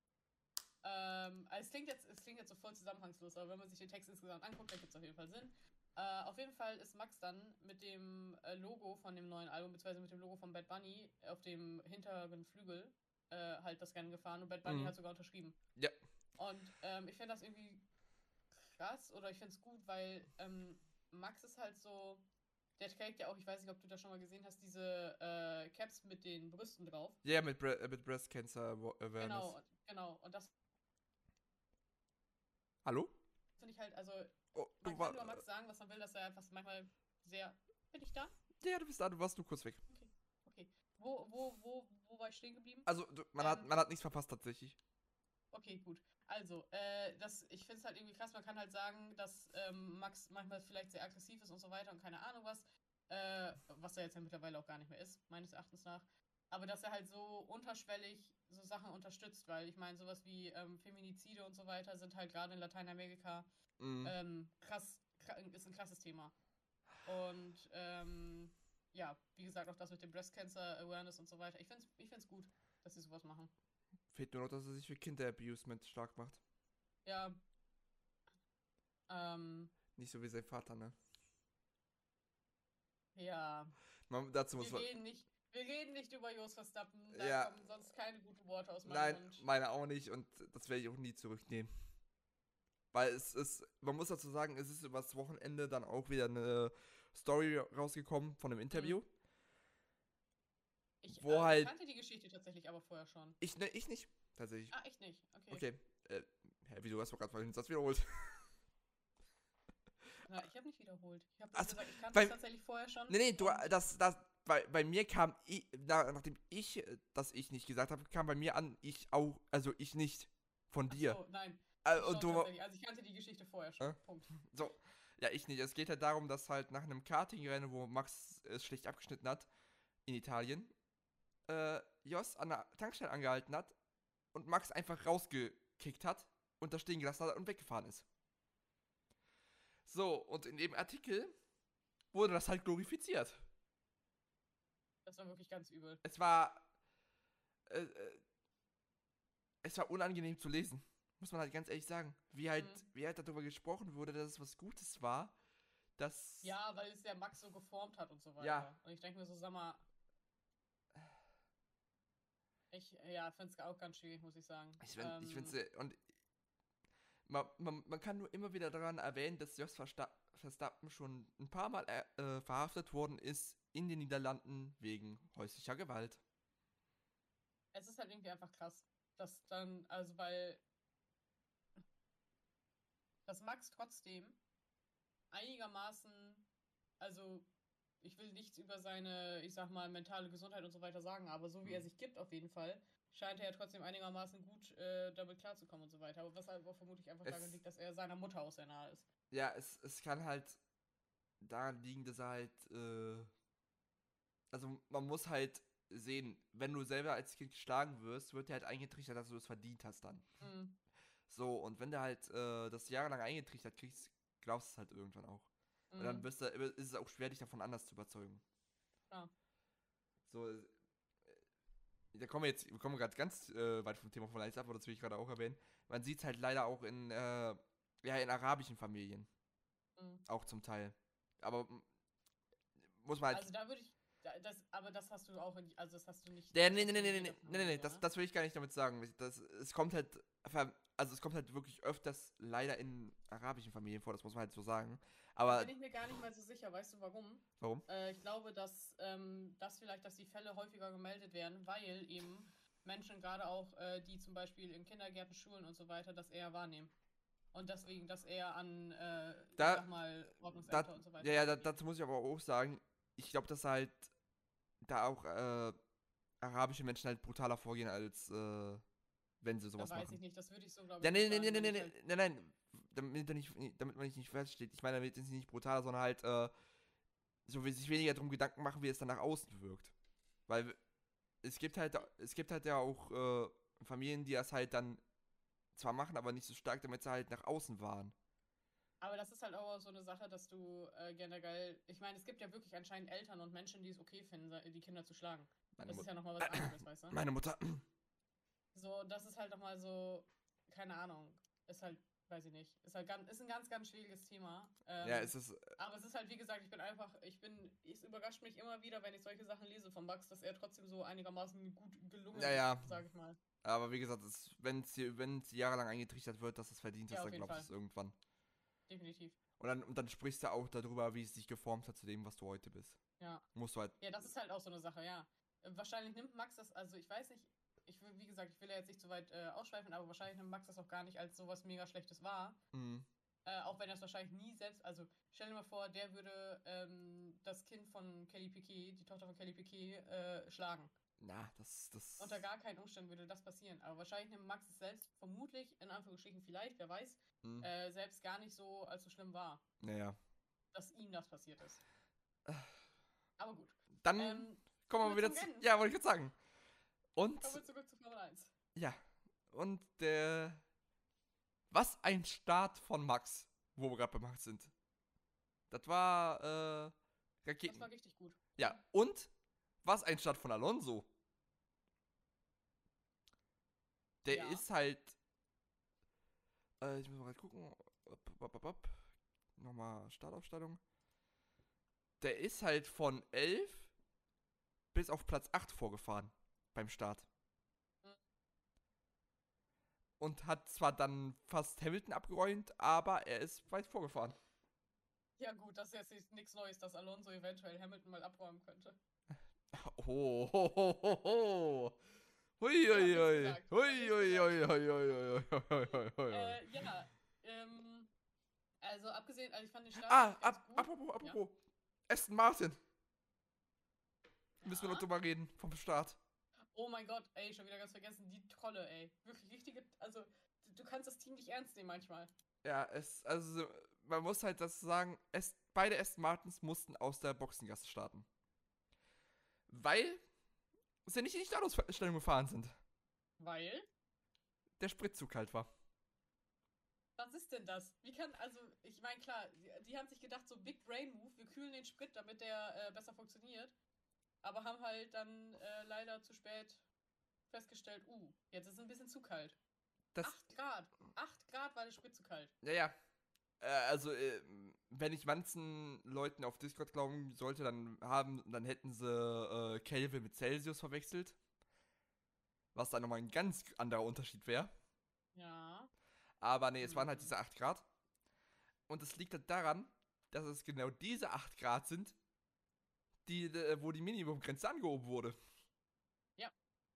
Ähm, also es klingt jetzt, es klingt jetzt so voll zusammenhangslos, aber wenn man sich den Text insgesamt anguckt, dann gibt es auf jeden Fall Sinn. Äh, auf jeden Fall ist Max dann mit dem äh, Logo von dem neuen Album, beziehungsweise mit dem Logo von Bad Bunny auf dem hinteren Flügel äh, halt das Rennen gefahren und Bad Bunny Mhm. hat sogar unterschrieben. Ja. Und ähm, ich finde das irgendwie krass oder ich finde es gut, weil ähm, Max ist halt so, der trägt ja auch, ich weiß nicht, ob du das schon mal gesehen hast, diese äh, Caps mit den Brüsten drauf. Ja, mit, Bre äh, mit Breast Cancer Wa- Awareness. Genau, und- genau. Und das Hallo? finde ich halt, also Oh, man du kann über war, Max sagen, was man will, dass er einfach manchmal sehr. Bin ich da? ja, du bist da, du warst nur kurz weg. Okay. Wo, wo, wo, wo war ich stehen geblieben? Also, du, man, Ähm. hat, man hat nichts verpasst tatsächlich. Okay, gut. Also, äh, das, ich finde es halt irgendwie krass, man kann halt sagen, dass ähm, Max manchmal vielleicht sehr aggressiv ist und so weiter und keine Ahnung was, äh, was er jetzt ja mittlerweile auch gar nicht mehr ist, meines Erachtens nach. Aber dass er halt so unterschwellig so Sachen unterstützt, weil ich meine, sowas wie ähm, Feminizide und so weiter sind halt gerade in Lateinamerika Mhm. ähm, krass, kra- ist ein krasses Thema. Und ähm, ja, wie gesagt, auch das mit dem Breast Cancer Awareness und so weiter. Ich finde es ich find's gut, dass sie sowas machen. Fehlt nur noch, dass er sich für Kinderabusement stark macht. Ja, ähm, Nicht so wie sein Vater, ne? ja. Man, dazu muss Wir man. reden nicht, wir reden nicht über Jos Verstappen, da Ja, kommen sonst keine guten Worte aus meinem nein, Mund. meine auch nicht und das werde ich auch nie zurücknehmen. Weil es ist, man muss dazu sagen, es ist übers Wochenende dann auch wieder eine Story rausgekommen von einem Hm. Interview, Ich, wo äh, ich halt, kannte die Geschichte tatsächlich aber vorher schon. ich, ne, ich nicht, tatsächlich. Ah, echt nicht? Okay. Okay, äh, hä, wieso hast du gerade vorhin den Satz wiederholt? Na, ich habe nicht wiederholt. Ich habe nur Also, gesagt, ich kannte es bei, tatsächlich vorher schon nee, nee, du, und. das, das, bei, bei mir kam, ich, na, nachdem ich, äh, das ich nicht gesagt habe, kam bei mir an, ich auch, also ich nicht, von Ach dir. so, nein. Äh, Ich und schon du, tatsächlich. Also ich kannte die Geschichte vorher äh, schon. Punkt. so, ja, ich nicht. Es geht halt darum, dass halt nach einem Kartingrennen, wo Max es schlecht abgeschnitten hat, in Italien, äh, Jos an der Tankstelle angehalten hat und Max einfach rausgekickt hat und da stehen gelassen hat und weggefahren ist. So, und in dem Artikel wurde das halt glorifiziert. Das war wirklich ganz übel. Es war, äh, äh, es war unangenehm zu lesen. Muss man halt ganz ehrlich sagen. Wie halt, Hm. wie halt darüber gesprochen wurde, dass es was Gutes war, dass, Ja, weil es der Max so geformt hat und so ja, weiter. Und ich denke mir so, sag mal, ich, ja, finde es auch ganz schwierig, muss ich sagen. ich, find, ich Ähm, finde, und man, man, man kann nur immer wieder daran erwähnen, dass Jos Versta Verstappen schon ein paar Mal äh, äh, verhaftet worden ist in den Niederlanden wegen häuslicher Gewalt. Es ist halt irgendwie einfach krass, dass dann, also weil, dass Max trotzdem einigermaßen, also ich will nichts über seine, ich sag mal, mentale Gesundheit und so weiter sagen, aber so wie Hm. er sich gibt auf jeden Fall, scheint er ja trotzdem einigermaßen gut äh, damit klarzukommen und so weiter. Aber was halt auch vermutlich einfach daran Es, liegt, dass er seiner Mutter auch sehr nahe ist. ja, es, es kann halt daran liegen, dass er halt, äh, also man muss halt sehen, wenn du selber als Kind geschlagen wirst, wird dir halt eingetrichtert, dass du es verdient hast dann. Mhm. So, und wenn du halt äh, das jahrelang eingetrichtert kriegst, glaubst du es halt irgendwann auch. Und dann Mhm. bist du, ist es auch schwer, dich davon anders zu überzeugen. Ja. So, äh, da kommen wir jetzt, wir kommen gerade ganz äh, weit vom Thema von Eis ab, aber das will ich gerade auch erwähnen. Man sieht es halt leider auch in, äh, ja, in arabischen Familien. Mhm. Auch zum Teil. Aber m- muss man halt. Also da würde ich, da- das, aber das hast du auch, in, also das hast du nicht, Der, das nee, nee, hast du nee, in nee, jeder nee, nee, nee, Familie nee, so, das, ne? das will ich gar nicht damit sagen. Das, es kommt halt, ver- also es kommt halt wirklich öfters leider in arabischen Familien vor, das muss man halt so sagen. Da Aber, bin ich mir gar nicht mal so sicher. Weißt du warum? warum? Äh, ich glaube, dass ähm, das vielleicht, dass die Fälle häufiger gemeldet werden, weil eben Menschen gerade auch, äh, die zum Beispiel in Kindergärten, Schulen und so weiter, das eher wahrnehmen. Und deswegen das eher an, äh, ich Da, sag mal, da, Ordnungsämter und so ja, weiter ja, da, weitergeben. dazu muss ich aber auch sagen, ich glaube, dass halt da auch äh, arabische Menschen halt brutaler vorgehen, als äh, wenn sie Da sowas weiß machen. ich nicht, das würde ich so, glaube Ja, ich, nicht nee, nee, nee, sagen, nee, wenn nee, ich nee, halt. nein, nein, damit, nicht, damit man nicht falsch steht. Ich meine, damit ist sie nicht brutaler, sondern halt, äh, so wie sich weniger darum Gedanken machen, wie es dann nach außen wirkt. Weil es gibt halt, es gibt halt ja auch äh, Familien, die das halt dann zwar machen, aber nicht so stark, damit sie halt nach außen waren. Aber das ist halt auch so eine Sache, dass du äh, generell, ich meine, es gibt ja wirklich anscheinend Eltern und Menschen, die es okay finden, se- die Kinder zu schlagen. Meine, Das ist Mut ja nochmal was anderes, weißt du? meine Mutter. So, das ist halt nochmal so, keine Ahnung, ist halt, weiß ich nicht, ist halt ganz, ist ein ganz, ganz schwieriges Thema. Ja, Ähm, es ist, aber es ist halt, wie gesagt, ich bin einfach, ich bin, es überrascht mich immer wieder, wenn ich solche Sachen lese von Max, dass er trotzdem so einigermaßen gut gelungen ja, ist, ja. sage ich mal. Aber wie gesagt, wenn es wenn es jahrelang eingetrichtert wird, dass es verdient Ja, ist, auf dann jeden glaubst du Fall. es irgendwann. Definitiv. Und dann, und dann sprichst du auch darüber, wie es dich geformt hat zu dem, was du heute bist. Ja. Musst du halt. Ja, das ist halt auch so eine Sache, ja. Äh, Wahrscheinlich nimmt Max das, also ich weiß nicht, ich will, wie gesagt, ich will ja jetzt nicht zu weit äh, ausschweifen, aber wahrscheinlich nimmt Max das auch gar nicht als sowas mega Schlechtes wahr. Mh, Äh, auch wenn er es wahrscheinlich nie selbst, also stell dir mal vor, der würde ähm, das Kind von Kelly Piquet, die Tochter von Kelly Piquet, äh, schlagen. Na, das, das... Unter gar keinen Umständen würde das passieren. Aber wahrscheinlich nimmt Max es selbst vermutlich, in Anführungsstrichen vielleicht, wer weiß, Hm. äh, selbst gar nicht so allzu schlimm war, Naja. dass ihm das passiert ist. Aber gut. Dann Ähm, kommen wir wieder zu... Rennen. Ja, wollte ich gerade sagen. Und... Kommen wir zurück zu Formel eins. Ja. Und der... Was ein Start von Max, wo wir gerade bei Max sind. Das war, äh... Raketen. Das war richtig gut. Ja, und was ein Start von Alonso. Der Ja. ist halt... Äh, ich muss mal gerade gucken. Upp, upp, upp, upp. Nochmal Startaufstellung. Der ist halt von elf bis auf Platz acht vorgefahren beim Start. Mhm. Und hat zwar dann fast Hamilton abgeräumt, aber er ist weit vorgefahren. Ja gut, das ist jetzt nichts Neues, dass Alonso eventuell Hamilton mal abräumen könnte. Oh, ho, ho, ho, ho. Hui, hui, hui. Hui, hui, hui, hui, hui, hui, hui, hui. Äh, ja, ähm, also abgesehen, also ich fand den Start Ah, ganz ab, gut. apropos, apropos. Aston Martin. Müssen wir Ja. noch drüber reden, vom Start. Oh mein Gott, ey, schon wieder ganz vergessen, die Trolle, ey. Wirklich richtige, also du kannst das Team nicht ernst nehmen manchmal. Ja, es, also, man muss halt das sagen, es, beide Aston Martins mussten aus der Boxengasse starten. Weil sie nicht in die Startausstellung gefahren sind. Weil? Der Sprit zu kalt war. Was ist denn das? Wie kann, also, ich meine, klar, die, die haben sich gedacht, so Big Brain Move, wir kühlen den Sprit, damit der äh, besser funktioniert. Aber haben halt dann äh, leider zu spät festgestellt, uh, jetzt ist es ein bisschen zu kalt. Das, acht Grad. acht Grad war der Sprit zu kalt. ja, ja. Äh, also, äh, wenn ich manchen Leuten auf Discord glauben sollte, dann haben, dann hätten sie äh, Kelvin mit Celsius verwechselt. Was dann nochmal ein ganz anderer Unterschied wäre. Ja. Aber nee, es waren halt Mhm. diese acht Grad. Und es liegt halt daran, dass es genau diese acht Grad sind, die, äh, wo die Minimumgrenze angehoben wurde. Ja.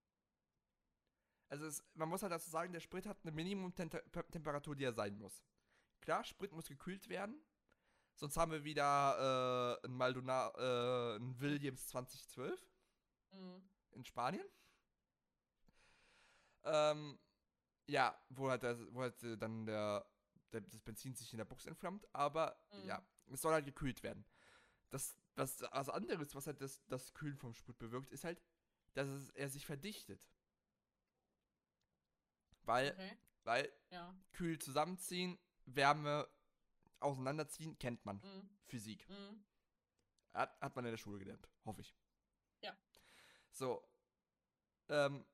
Also es, man muss halt dazu sagen, der Sprit hat eine Minimumtemperatur, die er sein muss. Klar, Sprit muss gekühlt werden. Sonst haben wir wieder äh, ein Maldonado, äh, ein Williams zwanzig zwölf Mhm. in Spanien. Ähm, ja, wo halt, der, wo halt äh, dann der, der, das Benzin sich in der Box entflammt. Aber Mhm. ja, es soll halt gekühlt werden. Das, was was anderes, was halt das, das Kühlen vom Sprit bewirkt, ist halt, dass es, er sich verdichtet. Weil, Okay. weil Ja. kühl zusammenziehen, Wärme auseinanderziehen, kennt man. Mhm. Physik. Mhm. Hat, hat man in der Schule gelernt, hoffe ich. Ja. So. Ähm.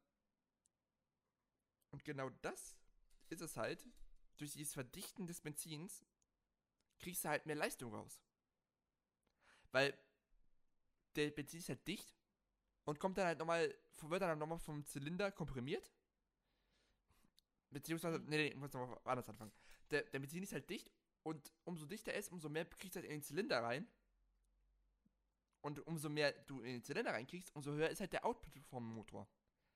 Und genau das ist es halt. Durch dieses Verdichten des Benzins kriegst du halt mehr Leistung raus. Weil der Benzin ist halt dicht und kommt dann halt nochmal, wird dann nochmal vom Zylinder komprimiert. Beziehungsweise, Mhm. nee, nee, ich muss nochmal anders anfangen. Der, der Benzin ist halt dicht und umso dichter er ist, umso mehr kriegst du halt in den Zylinder rein. Und umso mehr du in den Zylinder reinkriegst, umso höher ist halt der Output vom Motor.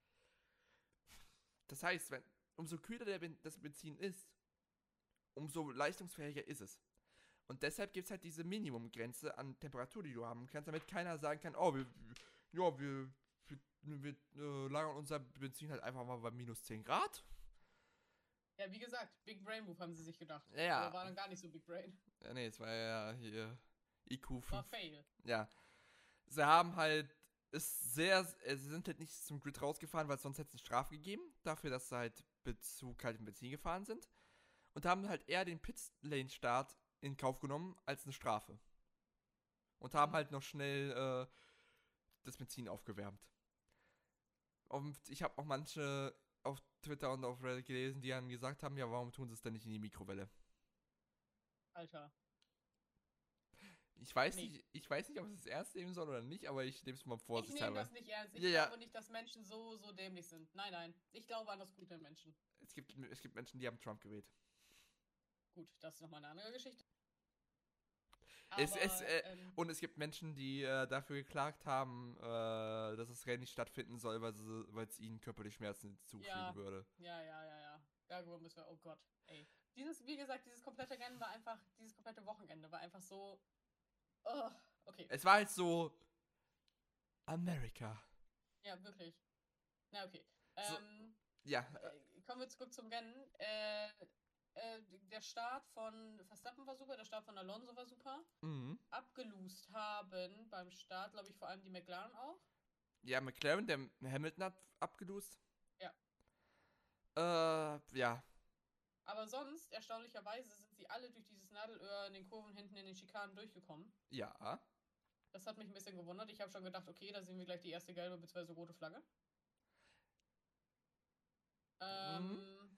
Das heißt, wenn, umso kühler der ben, das Benzin ist, umso leistungsfähiger ist es. Und deshalb gibt es halt diese Minimumgrenze an Temperatur, die du haben kannst, damit keiner sagen kann, oh, wir, ja, wir, wir, wir äh, lagern unser Benzin halt einfach mal bei minus zehn Grad. Ja, wie gesagt, Big Brain Move haben sie sich gedacht. Ja. Aber war dann gar nicht so Big Brain. Ja, nee, es war ja hier I Q War fünf. Fail. Ja. Sie haben halt, ist sehr, äh, sie sind halt nicht zum Grid rausgefahren, weil sonst hätte es eine Strafe gegeben, dafür, dass sie halt zu kaltem Benzin gefahren sind. Und haben halt eher den Pit-Lane-Start in Kauf genommen als eine Strafe. Und haben Mhm. halt noch schnell äh, das Benzin aufgewärmt. Und ich habe auch manche auf Twitter und auf Reddit gelesen, die dann gesagt haben, ja, warum tun sie es denn nicht in die Mikrowelle? Alter. Ich weiß Nee. nicht, ich weiß nicht, ob es es ernst nehmen soll oder nicht, aber ich nehme es mal Ich vorsichtshalber. nehme das nicht ernst. Ich Ja, ja. glaube nicht, dass Menschen so, so dämlich sind. Nein, nein. Ich glaube an das Gute im Menschen. Es gibt, es gibt Menschen, die haben Trump gewählt. Gut, das ist nochmal eine andere Geschichte. Es, Aber, es, äh, ähm, und es gibt Menschen, die äh, dafür geklagt haben, äh, dass das Rennen nicht stattfinden soll, weil sie- weil es ihnen körperliche Schmerzen zufügen Ja. würde. ja, ja, ja, ja. Darüber müssen wir, oh Gott, ey. Dieses, wie gesagt, dieses komplette Rennen war einfach, dieses komplette Wochenende war einfach so, oh, okay. Es war halt so America. Ja, wirklich. Na, okay. So, Ähm, ja, äh, kommen wir zurück zum Rennen. Äh, äh, der Start von Verstappen war super, der Start von Alonso war super. mhm. Abgelost haben beim Start, glaube ich, vor allem die McLaren auch. Ja, McLaren, der Hamilton hat abgelost. Ja. Äh, ja. Aber sonst, erstaunlicherweise, sind sie alle durch dieses Nadelöhr in den Kurven hinten in den Schikanen durchgekommen. Ja. Das hat mich ein bisschen gewundert. Ich habe schon gedacht, okay, da sehen wir gleich die erste gelbe bzw. rote Flagge. Mhm. Ähm,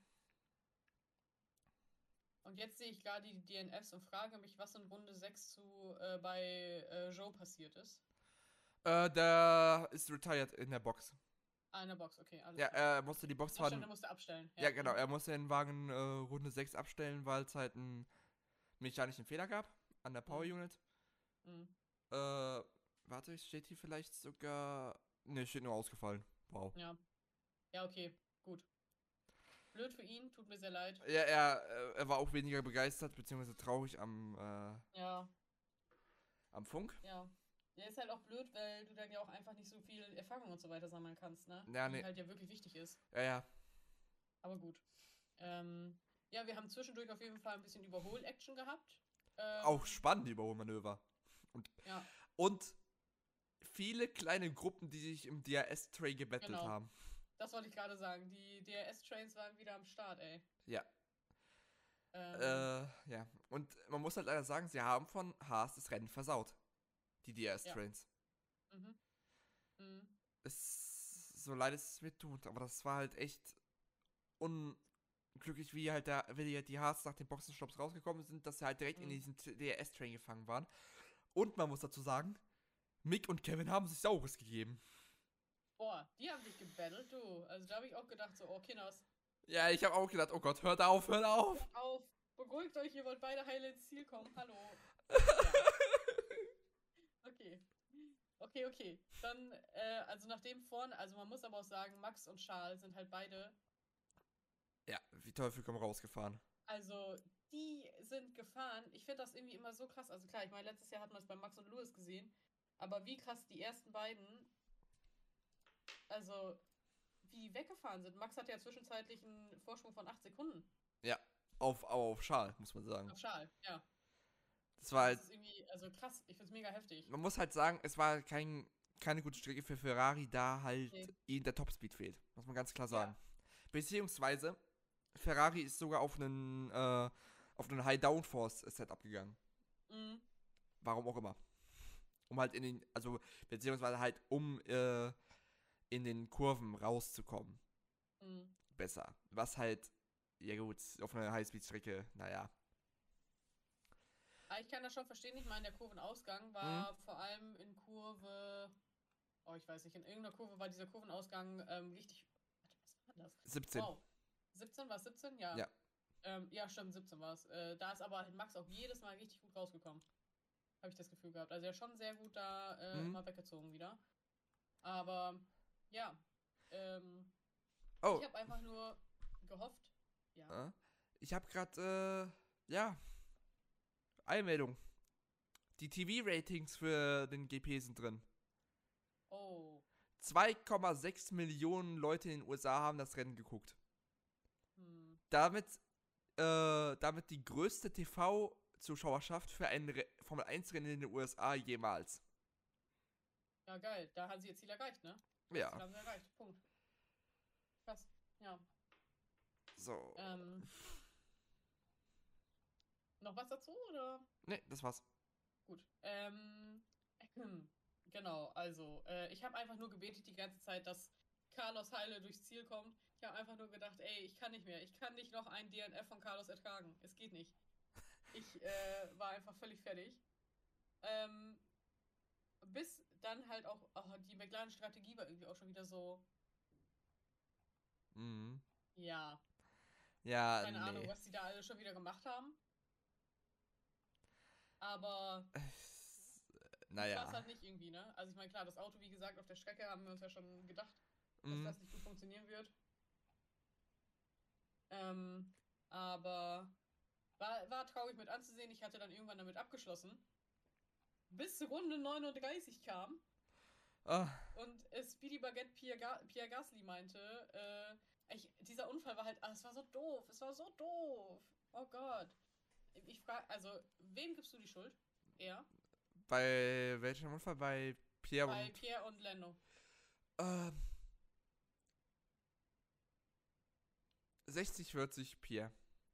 und jetzt sehe ich gerade die D N Fs und frage mich, was in Runde sechs zu, äh, bei äh, Joe passiert ist. Äh, der ist retired in der Box. Ah, in der Box, okay, alles Ja, klar. er musste die Box Ach, stimmt, fahren. er musste abstellen. Ja, Ja, genau, mhm. er musste den Wagen äh, Runde sechs abstellen, weil es halt einen mechanischen Fehler gab an der Power Mhm. Unit. Mhm. Äh, warte, steht hier vielleicht sogar. Ne, steht nur ausgefallen. Wow. Ja. Ja, okay, gut. Blöd für ihn, tut mir sehr leid. Ja, er, äh, er war auch weniger begeistert, beziehungsweise traurig am, äh, Ja, am Funk. ja. Ja, ist halt auch blöd, weil du dann ja auch einfach nicht so viel Erfahrung und so weiter sammeln kannst, ne? Ja, Die ne. halt ja wirklich wichtig ist. Ja, ja. Aber gut. Ähm, ja, wir haben zwischendurch auf jeden Fall ein bisschen Überhol-Action gehabt. Ähm, Auch spannende Überholmanöver. Und, ja, und viele kleine Gruppen, die sich im D R S-Tray gebettelt genau. haben. Das wollte ich gerade sagen. Die D R S-Trains waren wieder am Start, ey. Ja. Ähm, Äh, ja. Und man muss halt leider sagen, sie haben von Haas das Rennen versaut. Die D R ja. S-Trains. Mhm. Mhm. Es, so leid es mir tut, aber das war halt echt unglücklich, wie halt da, wie die, die Haas nach den Boxenstopps rausgekommen sind, dass sie halt direkt in Mhm. diesen D R S-Train gefangen waren. Und man muss dazu sagen, Mick und Kevin haben sich Saures gegeben. Boah, die haben sich gebettelt, du. Also da habe ich auch gedacht, so, oh, Kinders. Ja, ich habe auch gedacht, oh Gott, hört auf, hört auf. Hört auf, beruhigt euch, ihr wollt beide heile ins Ziel kommen. Hallo. Ja, okay. Okay, okay. Dann, äh, also nachdem vorne, also man muss aber auch sagen, Max und Charles sind halt beide, Ja, wie Teufel komm rausgefahren. also die sind gefahren. Ich finde das irgendwie immer so krass. Also klar, ich meine, letztes Jahr hatten wir es bei Max und Lewis gesehen. Aber wie krass die ersten beiden, also wie die weggefahren sind. Max hatte ja zwischenzeitlich einen Vorsprung von acht Sekunden. Ja, auf, auf Schal, muss man sagen. Auf Charles, ja. Das war Das halt, ist irgendwie, also krass. Ich finde es mega heftig. man muss halt sagen, es war kein, keine gute Strecke für Ferrari, da halt Nee. ihnen der Topspeed fehlt. Muss man ganz klar Ja. sagen. Beziehungsweise, Ferrari ist sogar auf einen, äh, auf einen High Downforce Setup gegangen. Mhm. Warum auch immer. Um halt in den, also, beziehungsweise halt um, äh, in den Kurven rauszukommen. Mhm. Besser. Was halt, ja gut, auf einer Highspeed-Strecke, naja. Aber ich kann das schon verstehen. Ich meine, der Kurvenausgang Mhm. war vor allem in Kurve. Oh, ich weiß nicht, in irgendeiner Kurve war dieser Kurvenausgang ähm, richtig. Warte, was war das? siebzehn. Wow. siebzehn war es siebzehn? Ja. Ja. Ähm, ja, stimmt, siebzehn war es. Äh, da ist aber halt Max auch jedes Mal richtig gut rausgekommen. Habe ich das Gefühl gehabt. Also er ist schon sehr gut da äh, Mhm. immer weggezogen wieder. Aber ja. Ähm, Oh. Ich habe einfach nur gehofft. Ja. Äh, ich habe gerade, äh, ja, Einmeldung. Die T V-Ratings für den G P sind drin. Oh. zwei Komma sechs Millionen Leute in den U S A haben das Rennen geguckt. Hm. Damit, äh, damit die größte T V-Zuschauerschaft für ein Re Formel eins Rennen in den U S A jemals. Ja, geil. Da haben sie ihr Ziel erreicht, ne? Ja. Das haben sie erreicht. Punkt. Krass. Ja. So. Ähm, noch was dazu, oder? Ne, das war's. Gut. Ähm, genau, also, äh, ich habe einfach nur gebetet die ganze Zeit, dass Carlos heile durchs Ziel kommt. Ich habe einfach nur gedacht, ey, ich kann nicht mehr. Ich kann nicht noch ein D N F von Carlos ertragen. Es geht nicht. Ich äh, war einfach völlig fertig. Ähm, bis dann halt auch, oh, die McLaren-Strategie war irgendwie auch schon wieder so, Mhm. ja, Ja, keine Ahnung, nee. was die da alle schon wieder gemacht haben. Aber gut war es Naja. halt nicht irgendwie, ne? Also ich meine, klar, das Auto, wie gesagt, auf der Strecke haben wir uns ja schon gedacht, dass Mhm. das nicht gut funktionieren wird. Ähm, aber war, war traurig mit anzusehen. Ich hatte dann irgendwann damit abgeschlossen. Bis Runde neununddreißig kam. Ah, Und äh, Speedy Baguette Pierre, Ga Pierre Gasly meinte, äh, ich, dieser Unfall war halt, ah, es war so doof, es war so doof. Oh Gott. Ich frage, also, wem gibst du die Schuld? Er? bei welchem Unfall? Bei Pierre Bei und. Pierre und Lando. Ähm, sechzig vierzig Pierre.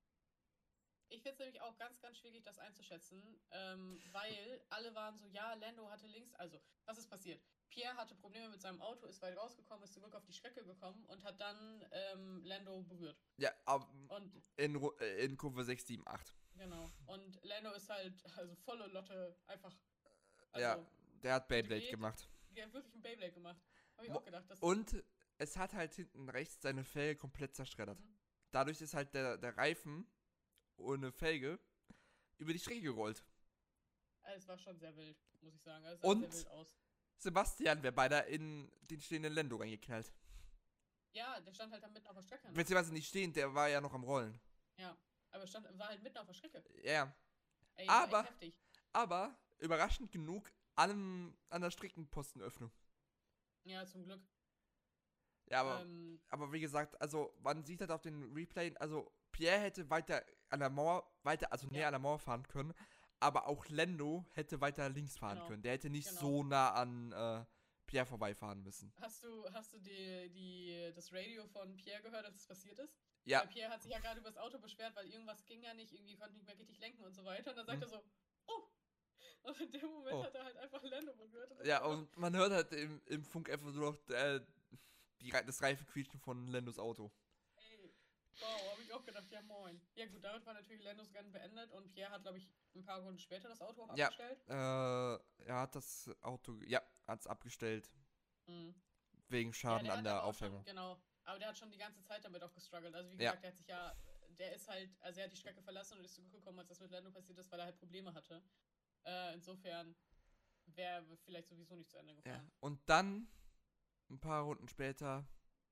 Ich finde es nämlich auch ganz, ganz schwierig, das einzuschätzen, ähm, weil alle waren so, ja, Lando hatte links, also, was ist passiert? Pierre hatte Probleme mit seinem Auto, ist weit rausgekommen, ist zurück auf die Strecke gekommen und hat dann ähm, Lando berührt. Ja, aber Und, in, Ru- äh, in Kurve sechs, sieben, acht. genau, und Lando ist halt, also volle Lotte, einfach, Ja, also, der hat Beyblade gedreht, gemacht. der hat wirklich ein Beyblade gemacht. Habe ich Mo- auch gedacht, das Und es hat halt hinten rechts seine Felge komplett zerschreddert. Mhm. Dadurch ist halt der, der Reifen ohne Felge über die Strecke gerollt. Also, es war schon sehr wild, muss ich sagen. Also, es sah Und sehr wild aus. Sebastian wäre beinahe in den stehenden Lando reingeknallt. Ja, der stand halt dann mitten auf der Strecke. Ne? Beziehungsweise nicht stehend, der war ja noch am Rollen. Ja, aber stand, war halt mitten auf der Strecke. Ja, ja. Ey, war Aber- echt heftig. Aber überraschend genug allem an der Streckenpostenöffnung. Ja, zum Glück. Ja, aber, Ähm, aber wie gesagt, also man sieht halt auf den Replay, also Pierre hätte weiter an der Mauer, weiter, also näher Ja. an der Mauer fahren können, aber auch Lando hätte weiter links fahren Genau, können. Der hätte nicht genau. so nah an äh, Pierre vorbeifahren müssen. hast du, hast du die, die, das Radio von Pierre gehört, als es passiert ist? Ja, Weil Pierre hat sich ja gerade über das Auto beschwert, weil irgendwas ging ja nicht, irgendwie konnte nicht mehr richtig lenken und so weiter. Und dann sagt Mhm. er so, oh! Und in dem Moment Oh. hat er halt einfach Lando berührt. Und das ja, war und man hört halt im, im Funk einfach nur noch äh, die, Re- das Reifenquietschen von Landos Auto. Ey, wow, habe ich auch gedacht, ja moin. Ja gut, damit war natürlich Landos Rennen beendet und Pierre hat, glaube ich, ein paar Runden später das Auto auch Ja. abgestellt. Äh, er hat das Auto, ja, hat es abgestellt, Mhm. wegen Ja, Schaden der an hat der aber auch Aufhängung. Schon, genau. Aber der hat schon die ganze Zeit damit auch gestruggelt. Also wie Ja. gesagt, der hat sich ja, der ist halt, also er hat die Strecke verlassen und ist zurückgekommen, als das mit Lando passiert ist, weil er halt Probleme hatte. Äh, insofern wäre vielleicht sowieso nicht zu Ende Ja. gefahren. Und dann, ein paar Runden später,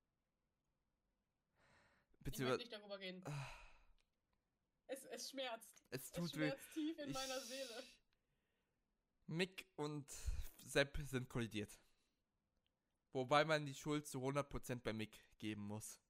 Ich möchte beziehungsweise, nicht darüber reden. ah, Es, es schmerzt. es Es tut weh. schmerzt tief in Ich- meiner Seele. Mick und Sepp sind kollidiert. Wobei man die Schuld zu hundert Prozent bei Mick geben muss.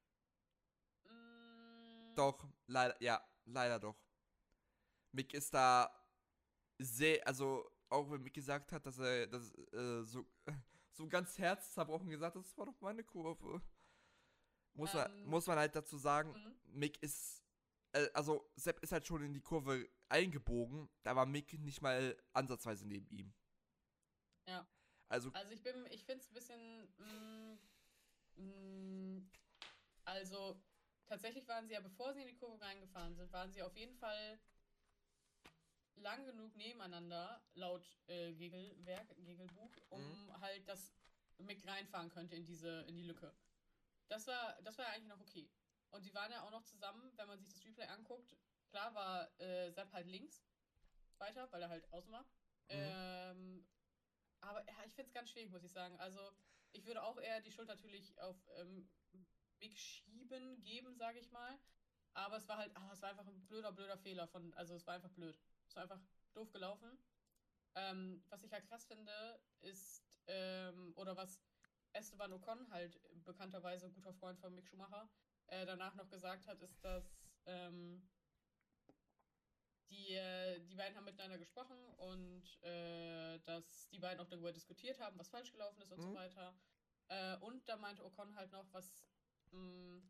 Mm, Doch, leider, ja, leider doch. Mick ist da sehr, also auch wenn Mick gesagt hat, dass er das äh, so, so ganz herzzerrbrochen gesagt hat, das war doch meine Kurve. Muss, man, Ähm, muss man halt dazu sagen, mhm. Mick ist, äh, also Sepp ist halt schon in die Kurve eingebogen, da war Mick nicht mal ansatzweise neben ihm. Ja. Also, Also ich bin, ich finde es ein bisschen, mm, mm, also tatsächlich waren sie ja, bevor sie in die Kurve reingefahren sind, waren sie auf jeden Fall lang genug nebeneinander, laut äh, Regelwerk, Regelbuch, um Mhm. halt, dass Mick reinfahren könnte in diese, in die Lücke. Das war, das war ja eigentlich noch okay. Und sie waren ja auch noch zusammen, wenn man sich das Replay anguckt. Klar war äh, Sepp halt links weiter, weil er halt außen war. Ähm, aber ja, ich finde es ganz schwierig, muss ich sagen. Also ich würde auch eher die Schuld natürlich auf ähm, Mick schieben geben, sage ich mal. Aber es war halt, ah, es war einfach ein blöder, blöder Fehler von, also es war einfach blöd. Es war einfach doof gelaufen. Ähm, was ich halt krass finde, ist, ähm, oder was Esteban Ocon, halt bekannterweise guter Freund von Mick Schumacher, äh, danach noch gesagt hat, ist, dass ähm, die, äh, die beiden haben miteinander gesprochen und äh, dass die beiden auch darüber diskutiert haben, was falsch gelaufen ist und so Mhm. weiter. Äh, und da meinte Ocon halt noch, was mh,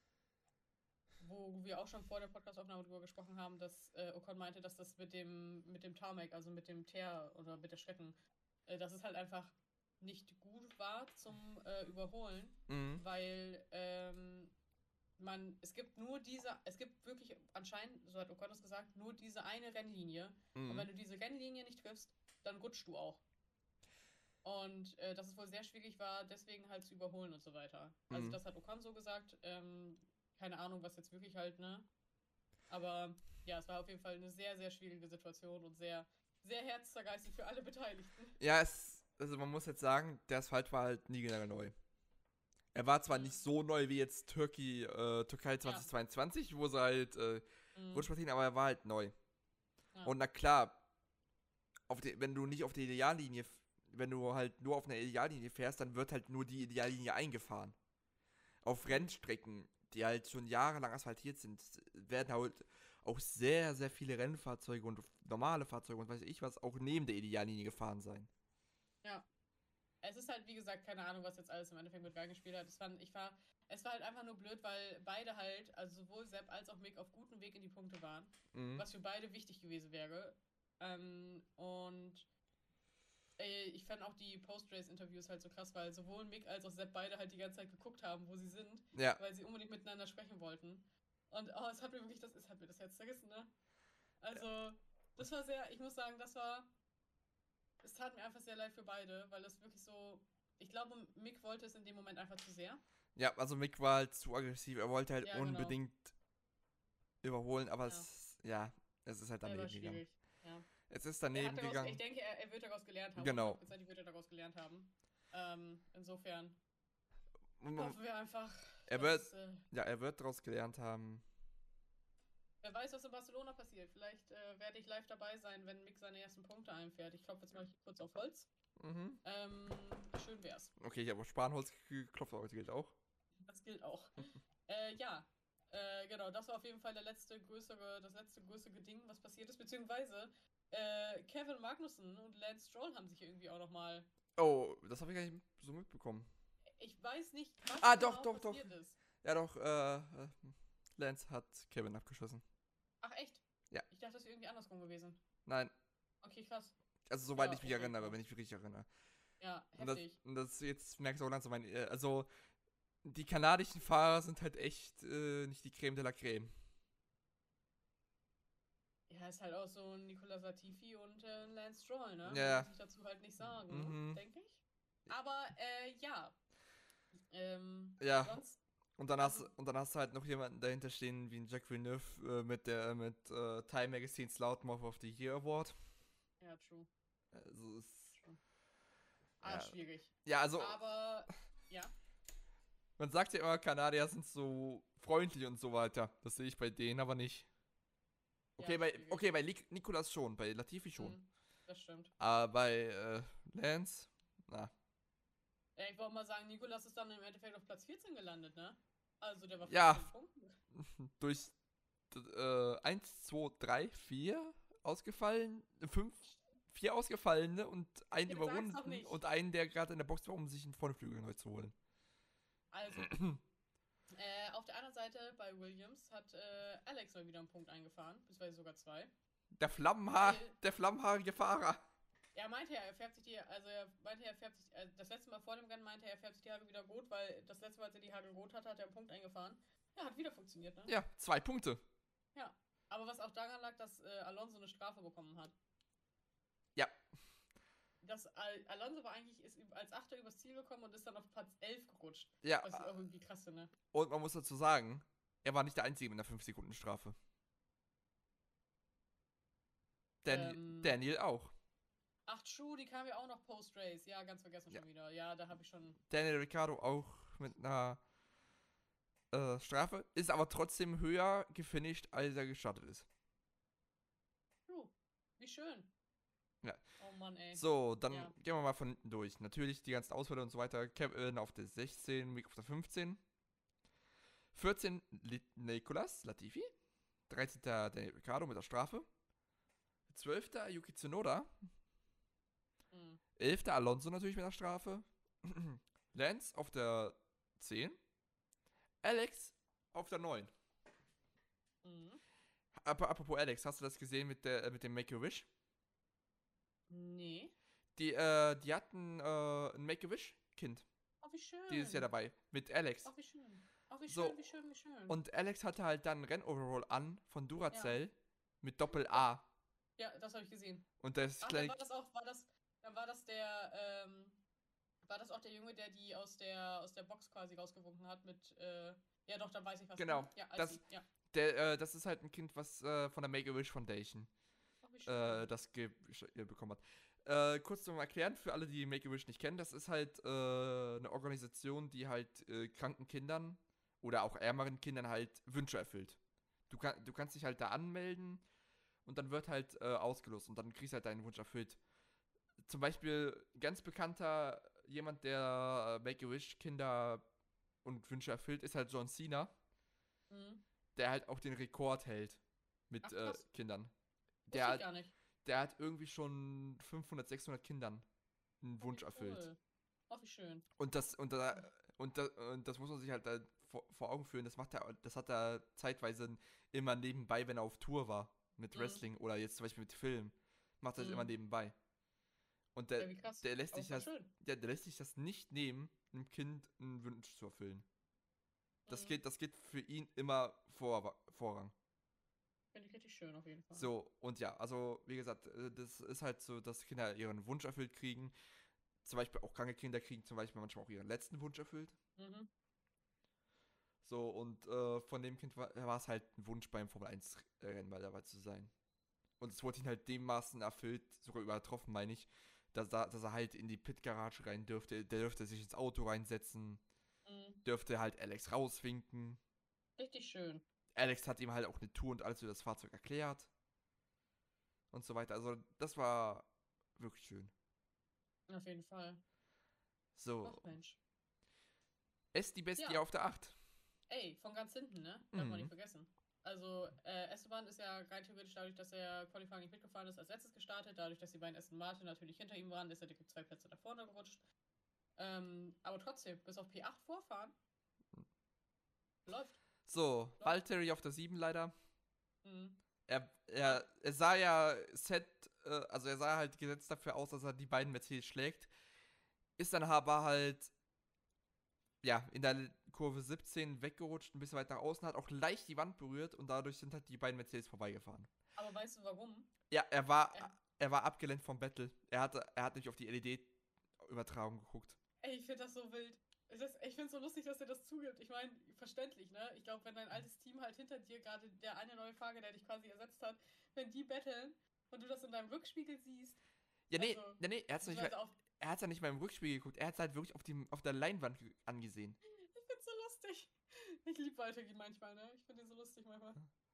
wo wir auch schon vor der Podcastaufnahme drüber gesprochen haben, dass äh, Ocon meinte, dass das mit dem mit dem Tarmac, also mit dem Teer oder mit der Strecken, äh, dass es halt einfach nicht gut war zum äh, Überholen, mhm. weil ähm, man, es gibt nur diese, es gibt wirklich anscheinend, so hat Ocon das gesagt, nur diese eine Rennlinie. Und wenn Mhm. du diese Rennlinie nicht triffst, dann rutschst du auch. Und äh, dass es wohl sehr schwierig war, deswegen halt zu überholen und so weiter. Also Mhm. das hat Ocon so gesagt. Ähm, keine Ahnung, was jetzt wirklich halt, ne? Aber ja, es war auf jeden Fall eine sehr, sehr schwierige Situation und sehr, sehr herzzerreißend für alle Beteiligten. Ja, es, also man muss jetzt sagen, der Asphalt war halt nie genau neu. Er war zwar Mhm. nicht so neu wie jetzt Türkei, äh, Türkei zwanzig zweiundzwanzig, wo sie halt äh, Mhm. Rutschpartien, aber er war halt neu. Ja. Und na klar, auf die, wenn du nicht auf der Ideallinie f- wenn du halt nur auf einer Ideallinie fährst, dann wird halt nur die Ideallinie eingefahren. Auf Rennstrecken, die halt schon jahrelang asphaltiert sind, werden halt auch sehr, sehr viele Rennfahrzeuge und normale Fahrzeuge und weiß ich was auch neben der Ideallinie gefahren sein. Ja. Es ist halt, wie gesagt, keine Ahnung, was jetzt alles im Endeffekt mit Wagen gespielt hat. Es war, ich war, es war halt einfach nur blöd, weil beide halt, also sowohl Sepp als auch Mick, auf gutem Weg in die Punkte waren. Mhm. Was für beide wichtig gewesen wäre. Ähm, und äh, ich fand auch die Post-Race-Interviews halt so krass, weil sowohl Mick als auch Sepp beide halt die ganze Zeit geguckt haben, wo sie sind, Ja. weil sie unbedingt miteinander sprechen wollten. Und oh, es hat mir wirklich das, es hat mir das Herz zerrissen, ne? Also, das war sehr, ich muss sagen, das war, es tat mir einfach sehr leid für beide, weil das wirklich so, ich glaube, Mick wollte es in dem Moment einfach zu sehr. Ja, also Mick war halt zu aggressiv, er wollte halt Ja, genau. unbedingt überholen, aber Ja. es, ja, es ist halt Ja, daneben war gegangen. schwierig. Ja. Es ist Er daneben hat daraus, gegangen. ich denke, er, er wird daraus gelernt haben. Genau. hundertprozentig wird er daraus gelernt haben. Ähm, insofern Und man- hoffen wir einfach, Er dass, äh, Ja, er wird daraus gelernt haben. wer weiß, was in Barcelona passiert. Vielleicht äh, werde ich live dabei sein, wenn Mick seine ersten Punkte einfährt. Ich klopfe jetzt mal kurz auf Holz. Mhm. Ähm, schön wär's. Okay, ich habe auf Spanholz geklopft, aber das gilt auch. Das gilt auch. äh, ja, äh, genau, das war auf jeden Fall der letzte größere, das letzte größere Ding, was passiert ist. Beziehungsweise äh, Kevin Magnussen und Lance Stroll haben sich irgendwie auch nochmal. Oh, das habe ich gar nicht so mitbekommen. Ich weiß nicht, was Ah, genau doch, doch, doch. passiert ist. Ja, doch, äh, äh, Lance hat Kevin abgeschossen. Ach, echt? Ja. Ich dachte, das wäre irgendwie andersrum gewesen. Nein, Okay, krass. also soweit Ja, ich mich okay, erinnere, krass. wenn ich mich richtig erinnere. Ja, Und das, heftig. und das jetzt merkst du auch langsam, mein, äh, also die kanadischen Fahrer sind halt echt äh, nicht die Creme de la Creme. Ja, ist halt auch so ein Nicolas Latifi und äh, ein Lance Stroll, ne? Ja. Mehr muss ich dazu halt nicht sagen, Mhm. denke ich. Aber, äh, ja. Ähm, Ja. sonst, Und dann, hast, Also- und dann hast du halt noch jemanden dahinter stehen wie ein Jack Villeneuve äh, mit der mit äh, Time Magazine's Loudmouth of the Year Award. ja, true. Also es, true. Ah, Ja. schwierig. ja, also Aber, ja. man sagt ja immer, Kanadier sind so freundlich und so weiter. Das sehe ich bei denen aber nicht. Okay, ja, bei, schwierig. okay, bei Lik- Nicolas schon, bei Latifi schon. Mhm, das stimmt. Aber bei äh, Lance, na, Ja, ich wollte mal sagen, Nicolas ist dann im Endeffekt auf Platz vierzehn gelandet, ne? Also, der war Ja. fünfzehn Punkten. durch äh, eins, zwei, drei, vier ausgefallen, fünf, vier ausgefallene und einen Ja, sag's doch überrundeten nicht. und einen, der gerade in der Box war, um sich einen Vorderflügel neu zu holen. Also, äh, auf der anderen Seite bei Williams hat äh, Alex mal wieder einen Punkt eingefahren, beziehungsweise sogar zwei. Der Flammenhaar, Weil- der flammenhaarige Fahrer. Er meinte ja, er färbt sich die, also er meinte, er färbt sich, also das letzte Mal vor dem Rennen meinte er, er färbt sich die Haare wieder rot, weil das letzte Mal, als er die Haare rot hatte, hat er einen Punkt eingefahren. Ja, hat wieder funktioniert, ne? Ja, zwei Punkte. Ja. Aber was auch daran lag, dass äh, Alonso eine Strafe bekommen hat. Ja. Das Al Alonso war eigentlich ist üb- als Achter übers Ziel gekommen und ist dann auf Platz elf gerutscht. Ja, Was ich auch irgendwie krass finde. und man muss dazu sagen, er war nicht der Einzige mit einer fünf Sekunden Strafe. Dan Ähm. Daniel auch. Ach, true, die kam ja auch noch Post-Race. Ja, ganz vergessen Ja. schon wieder. Ja, da habe ich schon. Daniel Ricciardo auch mit einer äh, Strafe. Ist aber trotzdem höher gefinisht, als er gestartet ist. True. Wie schön. Ja. Oh Mann, ey. So, dann Ja. gehen wir mal von hinten durch. Natürlich die ganzen Ausfälle und so weiter. Kevin auf der sechzehn, Mick auf der fünfzehn. vierzehn Li Nicolas Latifi. dreizehnter Daniel Ricciardo mit der Strafe. zwölfter Yuki Tsunoda. Hm. elfter Alonso natürlich mit der Strafe. Lance auf der zehn. Alex auf der neun. Mhm. Ap apropos Alex, hast du das gesehen mit, der, äh, mit dem Make-A-Wish? Nee. Die, äh, die hatten äh, ein Make-A-Wish-Kind Oh, wie schön. dieses Jahr dabei. Mit Alex. Oh, wie schön. Oh, wie So. schön, wie schön, wie schön. Und Alex hatte halt dann ein Rennoverall an von Duracell mit Doppel-A. ja, das habe ich gesehen. Und das Ach, dann kleine. war das auch, war das, dann war das der, ähm, war das auch der Junge, der die aus der, aus der Box quasi rausgewunken hat mit, äh, ja doch, dann weiß ich was. Genau, Ja, I das- see, ja. Der, äh, das ist halt ein Kind, was äh, von der Make-A-Wish Foundation Oh, wie schön. äh, das ge äh, bekommen hat. Äh, kurz zum Erklären, für alle, die Make-A-Wish nicht kennen, das ist halt äh, eine Organisation, die halt äh, kranken Kindern oder auch ärmeren Kindern halt Wünsche erfüllt. Du, kann, du kannst dich halt da anmelden und dann wird halt äh, ausgelost und dann kriegst du halt deinen Wunsch erfüllt. zum Beispiel ganz bekannter, jemand, der äh, Make-A-Wish-Kinder und Wünsche erfüllt, ist halt John Cena, Mhm. der halt auch den Rekord hält mit Ach, äh, krass. Kindern. Der Wusste ich hat, gar nicht. der hat irgendwie schon fünfhundert, sechshundert Kindern einen Oh, wie Wunsch erfüllt. cool. Oh, wie schön. Und das, und da, und das, und das muss man sich halt da vor, vor Augen führen. Das macht er, das hat er zeitweise immer nebenbei, wenn er auf Tour war mit Mhm. Wrestling oder jetzt zum Beispiel mit Film, macht er das immer Mhm. nebenbei. Und der, Ja, wie krass. der lässt Aber sich voll das, schön. der, der lässt sich das nicht nehmen, einem Kind einen Wunsch zu erfüllen. Das Mhm. geht, das geht für ihn immer vor, Vorrang. Finde ich richtig schön auf jeden Fall. So, und ja, also wie gesagt, äh, das ist halt so, dass Kinder ihren Wunsch erfüllt kriegen. Zum Beispiel auch kranke Kinder kriegen zum Beispiel manchmal auch ihren letzten Wunsch erfüllt. Mhm. So, und äh, von dem Kind war war es halt ein Wunsch, beim Formel eins Rennen mal dabei zu sein. Und es wurde ihn halt demmaßen erfüllt, sogar übertroffen, meine ich, dass er, dass er halt in die Pit-Garage rein dürfte. Der dürfte sich ins Auto reinsetzen, Mhm. dürfte halt Alex rauswinken. Richtig schön. Alex hat ihm halt auch eine Tour und alles über das Fahrzeug erklärt. Und so weiter. Also, das war wirklich schön. Auf jeden Fall. So, Ach Mensch. es die Bestie Ja, auf der acht. ey, von ganz hinten, ne? Darf man nicht Mhm. vergessen. Also, äh, Esteban ist ja rein theoretisch dadurch, dass er Qualifying nicht mitgefahren ist, als letztes gestartet. Dadurch, dass die beiden Aston Martin natürlich hinter ihm waren, ist er direkt zwei Plätze da vorne gerutscht. Ähm, aber trotzdem, bis auf P acht vorfahren, läuft. So, Läuft. Valtteri auf der sieben leider. Mhm. Er, Ja. er, er sah ja set, äh, also er sah halt gesetzt dafür aus, dass er die beiden Mercedes schlägt. Ist dann aber halt, ja, in der Kurve siebzehn weggerutscht, ein bisschen weiter nach außen, hat auch leicht die Wand berührt und dadurch sind halt die beiden Mercedes vorbeigefahren. Aber weißt du warum? Ja, er war, Er, er war abgelenkt vom Battle. Er hatte, er hat nicht auf die L E D-Übertragung geguckt. ey, ich finde das so wild. Das, ich finde es so lustig, dass er das zugibt. Ich meine, verständlich, ne? Ich glaube, wenn dein altes Team halt hinter dir, gerade der eine neue Fahrer, der dich quasi ersetzt hat, wenn die betteln und du das in deinem Rückspiegel siehst, Ja, nee, also, nee, nee, er hat's nicht mehr, beziehungsweise auf. er hat's ja nicht mal im Rückspiegel geguckt. Er hat's halt wirklich auf, dem, auf der Leinwand ge- angesehen. Ich find's so lustig. Ich liebe Walter manchmal, ne? Ich finde ihn so lustig manchmal.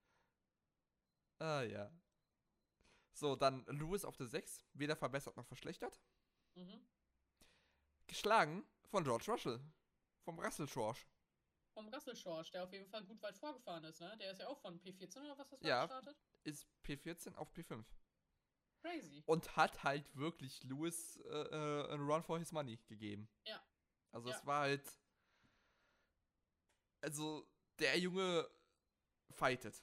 Ah, ja. So, dann Lewis auf der sechs. Weder verbessert noch verschlechtert. Mhm. Geschlagen von George Russell. Vom Russell Schorsch. Vom Russell Schorsch, der auf jeden Fall gut weit vorgefahren ist, ne? Der ist ja auch von P vierzehn oder was das war Ja, gestartet. ist P vierzehn auf P fünf. Crazy. Und hat halt wirklich Lewis äh, äh, einen Run for his money gegeben. Ja. Also Ja. es war halt. Also, der Junge fightet.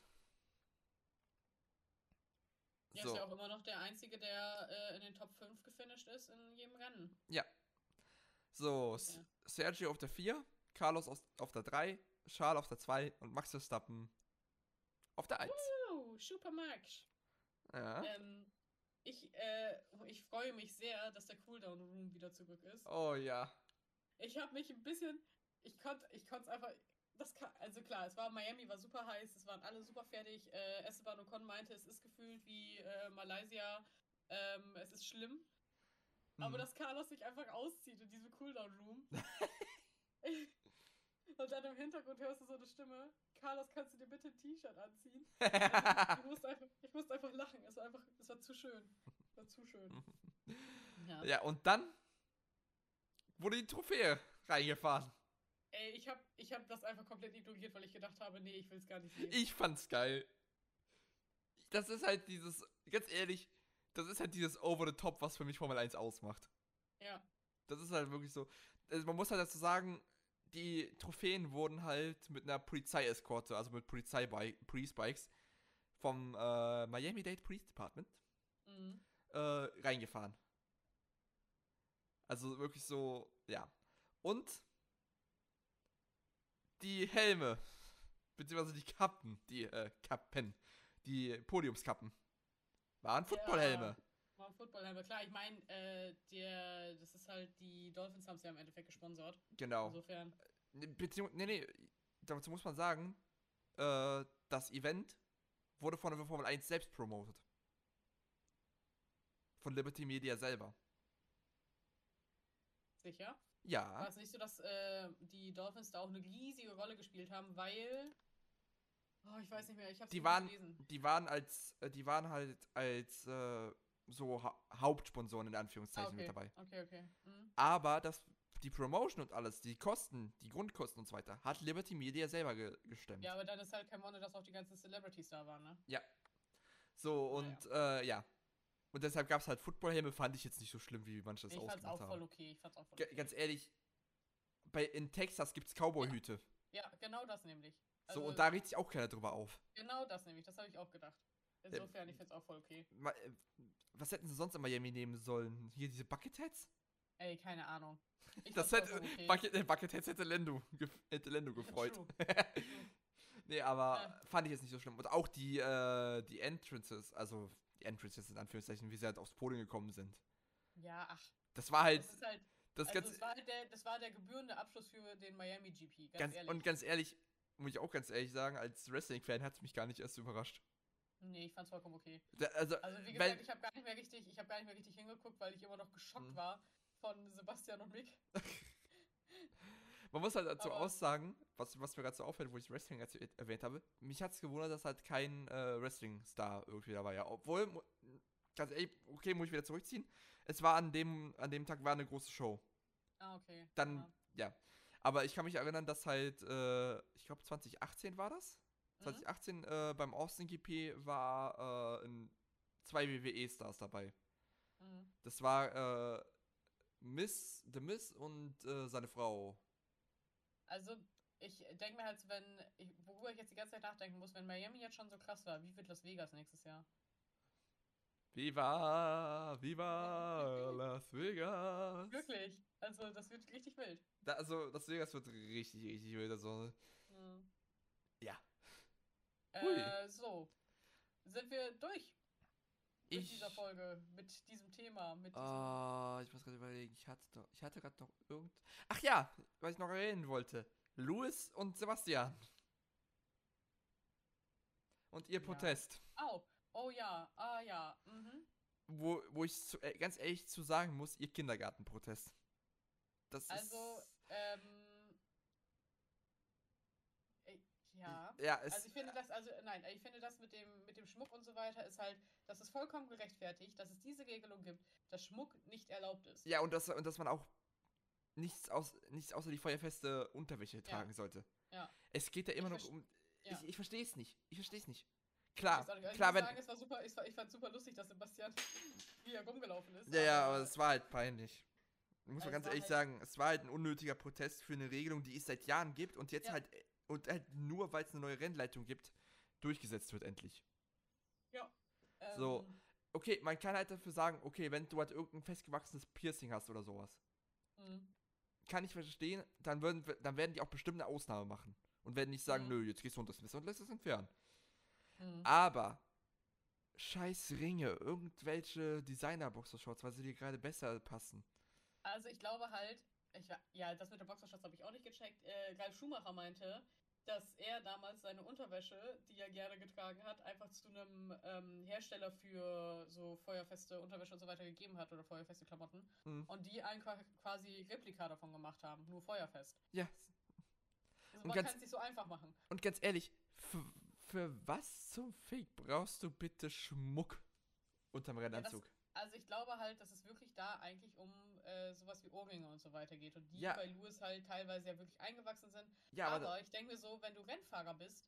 Er ist So, ja auch immer noch der Einzige, der äh, in den Top fünf gefinisht ist in jedem Rennen. ja. So, S- Ja. Sergio auf der vier, Carlos auf, auf der drei, Charles auf der zwei und Max Verstappen auf der eins. Uh, Super Max. Ja. Ähm, ich, äh, ich freue mich sehr, dass der Cooldown Room wieder zurück ist. Oh ja. Ich habe mich ein bisschen, ich konnte ich es einfach, das kann, also klar, es war Miami, war super heiß, es waren alle super fertig. Äh, Esteban Ocon meinte, es ist gefühlt wie äh, Malaysia, ähm, es ist schlimm. Aber Mhm. dass Carlos sich einfach auszieht in diesem Cooldown Room. Und dann im Hintergrund hörst du so eine Stimme. Carlos, kannst du dir bitte ein T-Shirt anziehen? Ich, ich, musste einfach, ich musste einfach lachen. Es war einfach, es war zu schön. Es war zu schön. Ja. Ja, und dann wurde die Trophäe reingefahren. Ey, ich hab, ich hab das einfach komplett ignoriert, weil ich gedacht habe, nee, ich will es gar nicht sehen. Ich fand's geil. Das ist halt dieses, ganz ehrlich, das ist halt dieses Over the Top, was für mich Formel eins ausmacht. Ja. Das ist halt wirklich so. Also man muss halt dazu sagen, die Trophäen wurden halt mit einer Polizeieskorte, also mit Polizei-Police-Bikes vom äh, Miami-Dade Police Department Mhm. äh, reingefahren. Also wirklich so, ja. Und die Helme, beziehungsweise die Kappen, die äh, Kappen, die Podiumskappen, waren Footballhelme. Ja, war Footballhelme. Klar, ich meine, äh, der, das ist halt, die Dolphins haben es ja im Endeffekt gesponsert. Genau. Insofern. Beziehungsweise, nee, nee, dazu muss man sagen, äh, das Event wurde von der Formel eins selbst promotet. Von Liberty Media selber. Sicher? Ja. War es nicht so, dass äh, die Dolphins da auch eine riesige Rolle gespielt haben, weil. Oh, ich weiß nicht mehr, ich hab's Die nicht waren, gelesen. die waren als, äh, die waren halt als äh, so ha Hauptsponsoren in Ah, Anführungszeichen mit okay. dabei. Okay, okay. Mhm. Aber das, die Promotion und alles, die Kosten, die Grundkosten und so weiter, hat Liberty Media selber ge gestemmt. Ja, aber dann ist halt kein Wunder, dass auch die ganzen Celebrities da waren, ne? Ja. So, Naja. und äh, ja. Und deshalb gab es halt Footballhelme, fand ich jetzt nicht so schlimm, wie manche das Ich fand's ausgemacht auch voll haben. okay. Ich fand's auch voll G okay. ganz ehrlich, bei, in Texas gibt's Cowboy-Hüte. Ja, genau das nämlich. So, Also, und da regt sich auch keiner drüber auf. genau das nämlich. Das habe ich auch gedacht. Insofern, ich find's auch voll okay. Ma- äh, Was hätten sie sonst in Miami nehmen sollen? Hier diese Bucketheads? Ey, keine Ahnung. Ich Das fand's hätte, vollkommen okay. Bucket, äh, Bucketheads hätte Lendo, gef hätte Lendo gefreut. True. True. Nee, aber Ja. fand ich jetzt nicht so schlimm. Und auch die, äh, die Entrances, also die Entrances in Anführungszeichen, wie sie halt aufs Podium gekommen sind. Ja, ach. Das war halt, Das ist halt. das Also, ganz, das war, halt der, das war der gebührende Abschluss für den Miami G P. Ganz, ganz, ehrlich. und ganz ehrlich, muss ich auch ganz ehrlich sagen, als Wrestling-Fan hat es mich gar nicht erst überrascht. Nee, ich fand's vollkommen okay. Da, also, Also wie weil, gesagt, ich habe gar nicht mehr richtig, ich habe gar nicht mehr richtig hingeguckt, weil ich immer noch geschockt Mhm. war von Sebastian und Mick. man muss halt dazu Aber- aussagen, was, was mir gerade so auffällt, wo ich Wrestling jetzt erwähnt habe, mich hat es gewundert, dass halt kein äh, Wrestling-Star irgendwie dabei war. Obwohl, mu- ganz ehrlich, okay, muss ich wieder zurückziehen. Es war an dem, an dem Tag war eine große Show. Ah, okay. Dann, Ja. ja. Aber ich kann mich erinnern, dass halt, äh, ich glaube zwanzig achtzehn war das? Mhm. zwanzig achtzehn äh, beim Austin G P war äh, ein, zwei W W E-Stars dabei. Mhm. Das war äh, Miss, The Miss und äh, seine Frau. Also ich denke mir halt, so, wenn, ich, worüber ich jetzt die ganze Zeit nachdenken muss, wenn Miami jetzt schon so krass war, wie wird Las Vegas nächstes Jahr? Viva, Viva Las Vegas. Wirklich? Also das wird richtig wild. Da, also, Las Vegas wird richtig, richtig wild. Also, Mhm. ja. Hui. Äh, so. Sind wir durch mit Ich- dieser Folge, mit diesem Thema, mit diesem... Ah, ich muss gerade überlegen, ich hatte doch, ich hatte gerade noch irgend... Ach ja, was ich noch erwähnen wollte. Louis und Sebastian. Und ihr Ja. Protest. Au, oh ja, ah ja, mhm. Wo, wo ich zu, äh, ganz ehrlich zu sagen muss, ihr Kindergartenprotest. Das Also, ist... ähm... äh, Ja. Ja, es... Also ich finde das, also nein, ich finde das mit dem, mit dem Schmuck und so weiter ist halt, das ist vollkommen gerechtfertigt, dass es diese Regelung gibt, dass Schmuck nicht erlaubt ist. Ja, und dass, und dass man auch nichts, aus, nichts außer die feuerfeste Unterwäsche tragen sollte. Ja. Es geht ja immer Ich noch verste- um... ja. Ich, ich verstehe es nicht. Ich verstehe es nicht. Ich Klar, weiß auch nicht, also klar, ich muss wenn... sagen, es war super, ich, ich fand super lustig, dass Sebastian wie er rumgelaufen ist. Ja, ja, aber es war halt peinlich. Muss Es man ganz war ehrlich halt- sagen, es war halt ein unnötiger Protest für eine Regelung, die es seit Jahren gibt und jetzt Ja. halt, und halt nur, weil es eine neue Rennleitung gibt, durchgesetzt wird endlich. ähm, so. Okay, man kann halt dafür sagen, okay, wenn du halt irgendein festgewachsenes Piercing hast oder sowas, mh, kann ich verstehen, dann, würden, dann werden die auch bestimmt eine Ausnahme machen. Und werden nicht sagen, Mhm. nö, jetzt gehst du unter das Messer und lässt es entfernen. mh. Aber, scheiß Ringe, irgendwelche Designer-Boxershorts, weil sie dir gerade besser passen. Also ich glaube halt, ich, wa- ja, das mit der Boxershorts habe ich auch nicht gecheckt. Äh, Ralf Schumacher meinte, dass er damals seine Unterwäsche, die er gerne getragen hat, einfach zu einem ähm, Hersteller für so feuerfeste Unterwäsche und so weiter gegeben hat oder feuerfeste Klamotten. Mhm. Und die einfach quasi Replika davon gemacht haben, nur feuerfest. Ja, Also Und man ganz- kann es sich so einfach machen. und ganz ehrlich, für, für was zum Fick brauchst du bitte Schmuck unterm Rennanzug? Also ich glaube halt, dass es wirklich da eigentlich um äh, sowas wie Ohrringe und so weiter geht. Und die Ja. bei Lewis halt teilweise ja wirklich eingewachsen sind. Ja, aber, aber ich denke mir so, wenn du Rennfahrer bist,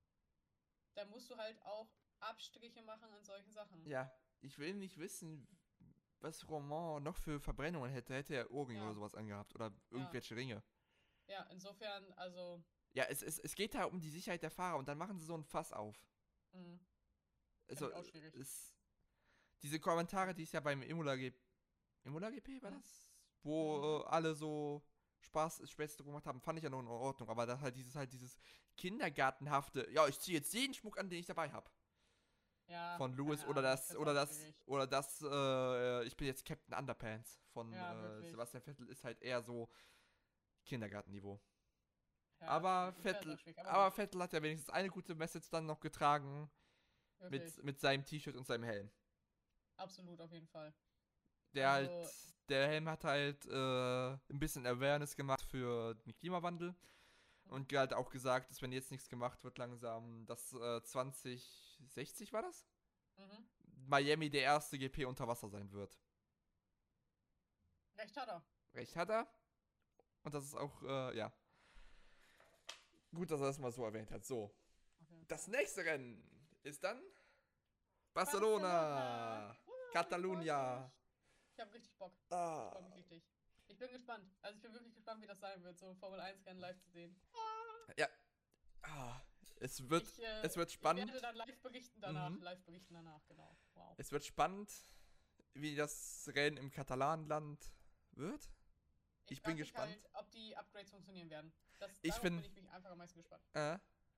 dann musst du halt auch Abstriche machen in solchen Sachen. ja, ich will nicht wissen, was Roman noch für Verbrennungen hätte. Hätte er Ohrringe Ja. oder sowas angehabt oder irgendwelche Ringe. Ja, insofern, also, Ja, es, es, es geht da um die Sicherheit der Fahrer und dann machen sie so ein Fass auf. mh, Also, ich auch schwierig. es, diese Kommentare, die es ja beim Imola G P, Imola G P war Mhm. das? Wo Mhm. äh, alle so Spaß, Späße gemacht haben, fand ich ja noch in Ordnung. Aber das halt dieses halt dieses Kindergartenhafte, ja, ich ziehe jetzt jeden Schmuck an, den ich dabei habe. ja, Von Lewis keine oder Ahnung, ich das find's oder auch das schwierig. oder das äh, ich bin jetzt Captain Underpants von Ja, äh, wirklich. Sebastian Vettel ist halt eher so Kindergartenniveau. Ja, aber schwierig. Ich find's Vettel auch schwierig, aber gut, Vettel hat ja wenigstens eine gute Message dann noch getragen wirklich. mit mit seinem T-Shirt und seinem Helm. Absolut, auf jeden Fall. Der Also- halt der Helm hat halt äh, ein bisschen Awareness gemacht für den Klimawandel und halt auch gesagt, dass wenn jetzt nichts gemacht wird langsam, dass äh, zwanzig sechzig war das? Mhm. Miami der erste G P unter Wasser sein wird. Recht hat er. Recht hat er. Und das ist auch, äh, ja. Gut, dass er das mal so erwähnt hat. So. Okay. Das nächste Rennen ist dann Barcelona. Barcelona. Uh, Catalunya. Ich habe richtig Bock. Ah. Ich freue mich richtig. Ich bin gespannt. Also ich bin wirklich gespannt, wie das sein wird, so Formel eins Rennen live zu sehen. Ja. Ah. Es wird, ich, äh, es wird spannend. Ich werde dann live berichten danach. Mhm. Live berichten danach, genau. Wow. Es wird spannend, wie das Rennen im Katalanland wird. Ich, ich bin gespannt. Halt, ob die Upgrades funktionieren werden. Das, ich bin bin ich mich einfach am meisten gespannt. Äh.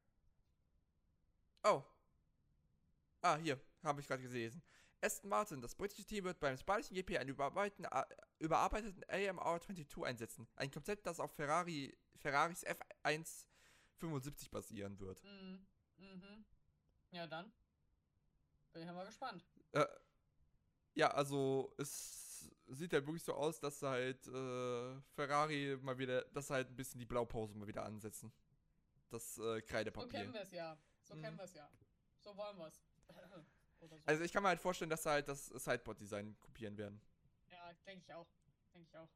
Oh. Ah, hier, habe ich gerade gelesen. Aston Martin, das britische Team, wird beim spanischen G P einen überarbeiteten, überarbeiteten A M R zweiundzwanzig einsetzen. Ein Konzept, das auf Ferrari, Ferraris F eins fünfundsiebzig basieren wird. Mhm. Mhm. Ja, dann bin ich mal gespannt. Äh, ja, also es sieht halt wirklich so aus, dass halt äh, Ferrari mal wieder, dass halt ein bisschen die Blaupause mal wieder ansetzen. Das äh, Kreidepapier. So kennen wir es ja. So Mhm. kennen wir es ja. So wollen wir es. So. Also ich kann mir halt vorstellen, dass sie halt das Sideboard-Design kopieren werden. Ja, denke ich auch. Denke ich auch.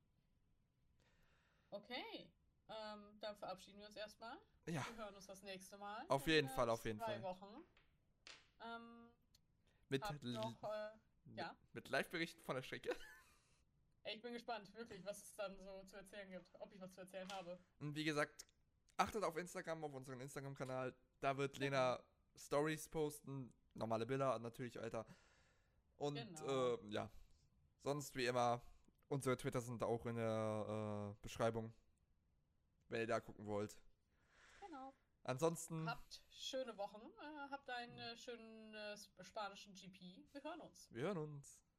Okay. Ähm, dann verabschieden wir uns erstmal. Ja. Wir hören uns das nächste Mal. Auf in, jeden äh, Fall, auf jeden zwei Fall. Wochen. Ähm, Mit, habt noch, äh, ja? mit Live-Berichten von der Strecke. Ey, ich bin gespannt, wirklich, was es dann so zu erzählen gibt. Ob ich was zu erzählen habe. Und wie gesagt, achtet auf Instagram, auf unseren Instagram-Kanal. Da wird Lena Stories posten. Normale Bilder natürlich, Alter. Und Genau. äh, ja. Sonst wie immer, unsere Twitter sind auch in der äh, Beschreibung. Wenn ihr da gucken wollt. Genau. Ansonsten. Habt schöne Wochen. Äh, habt einen äh, schönen äh, spanischen G P. Wir hören uns. Wir hören uns.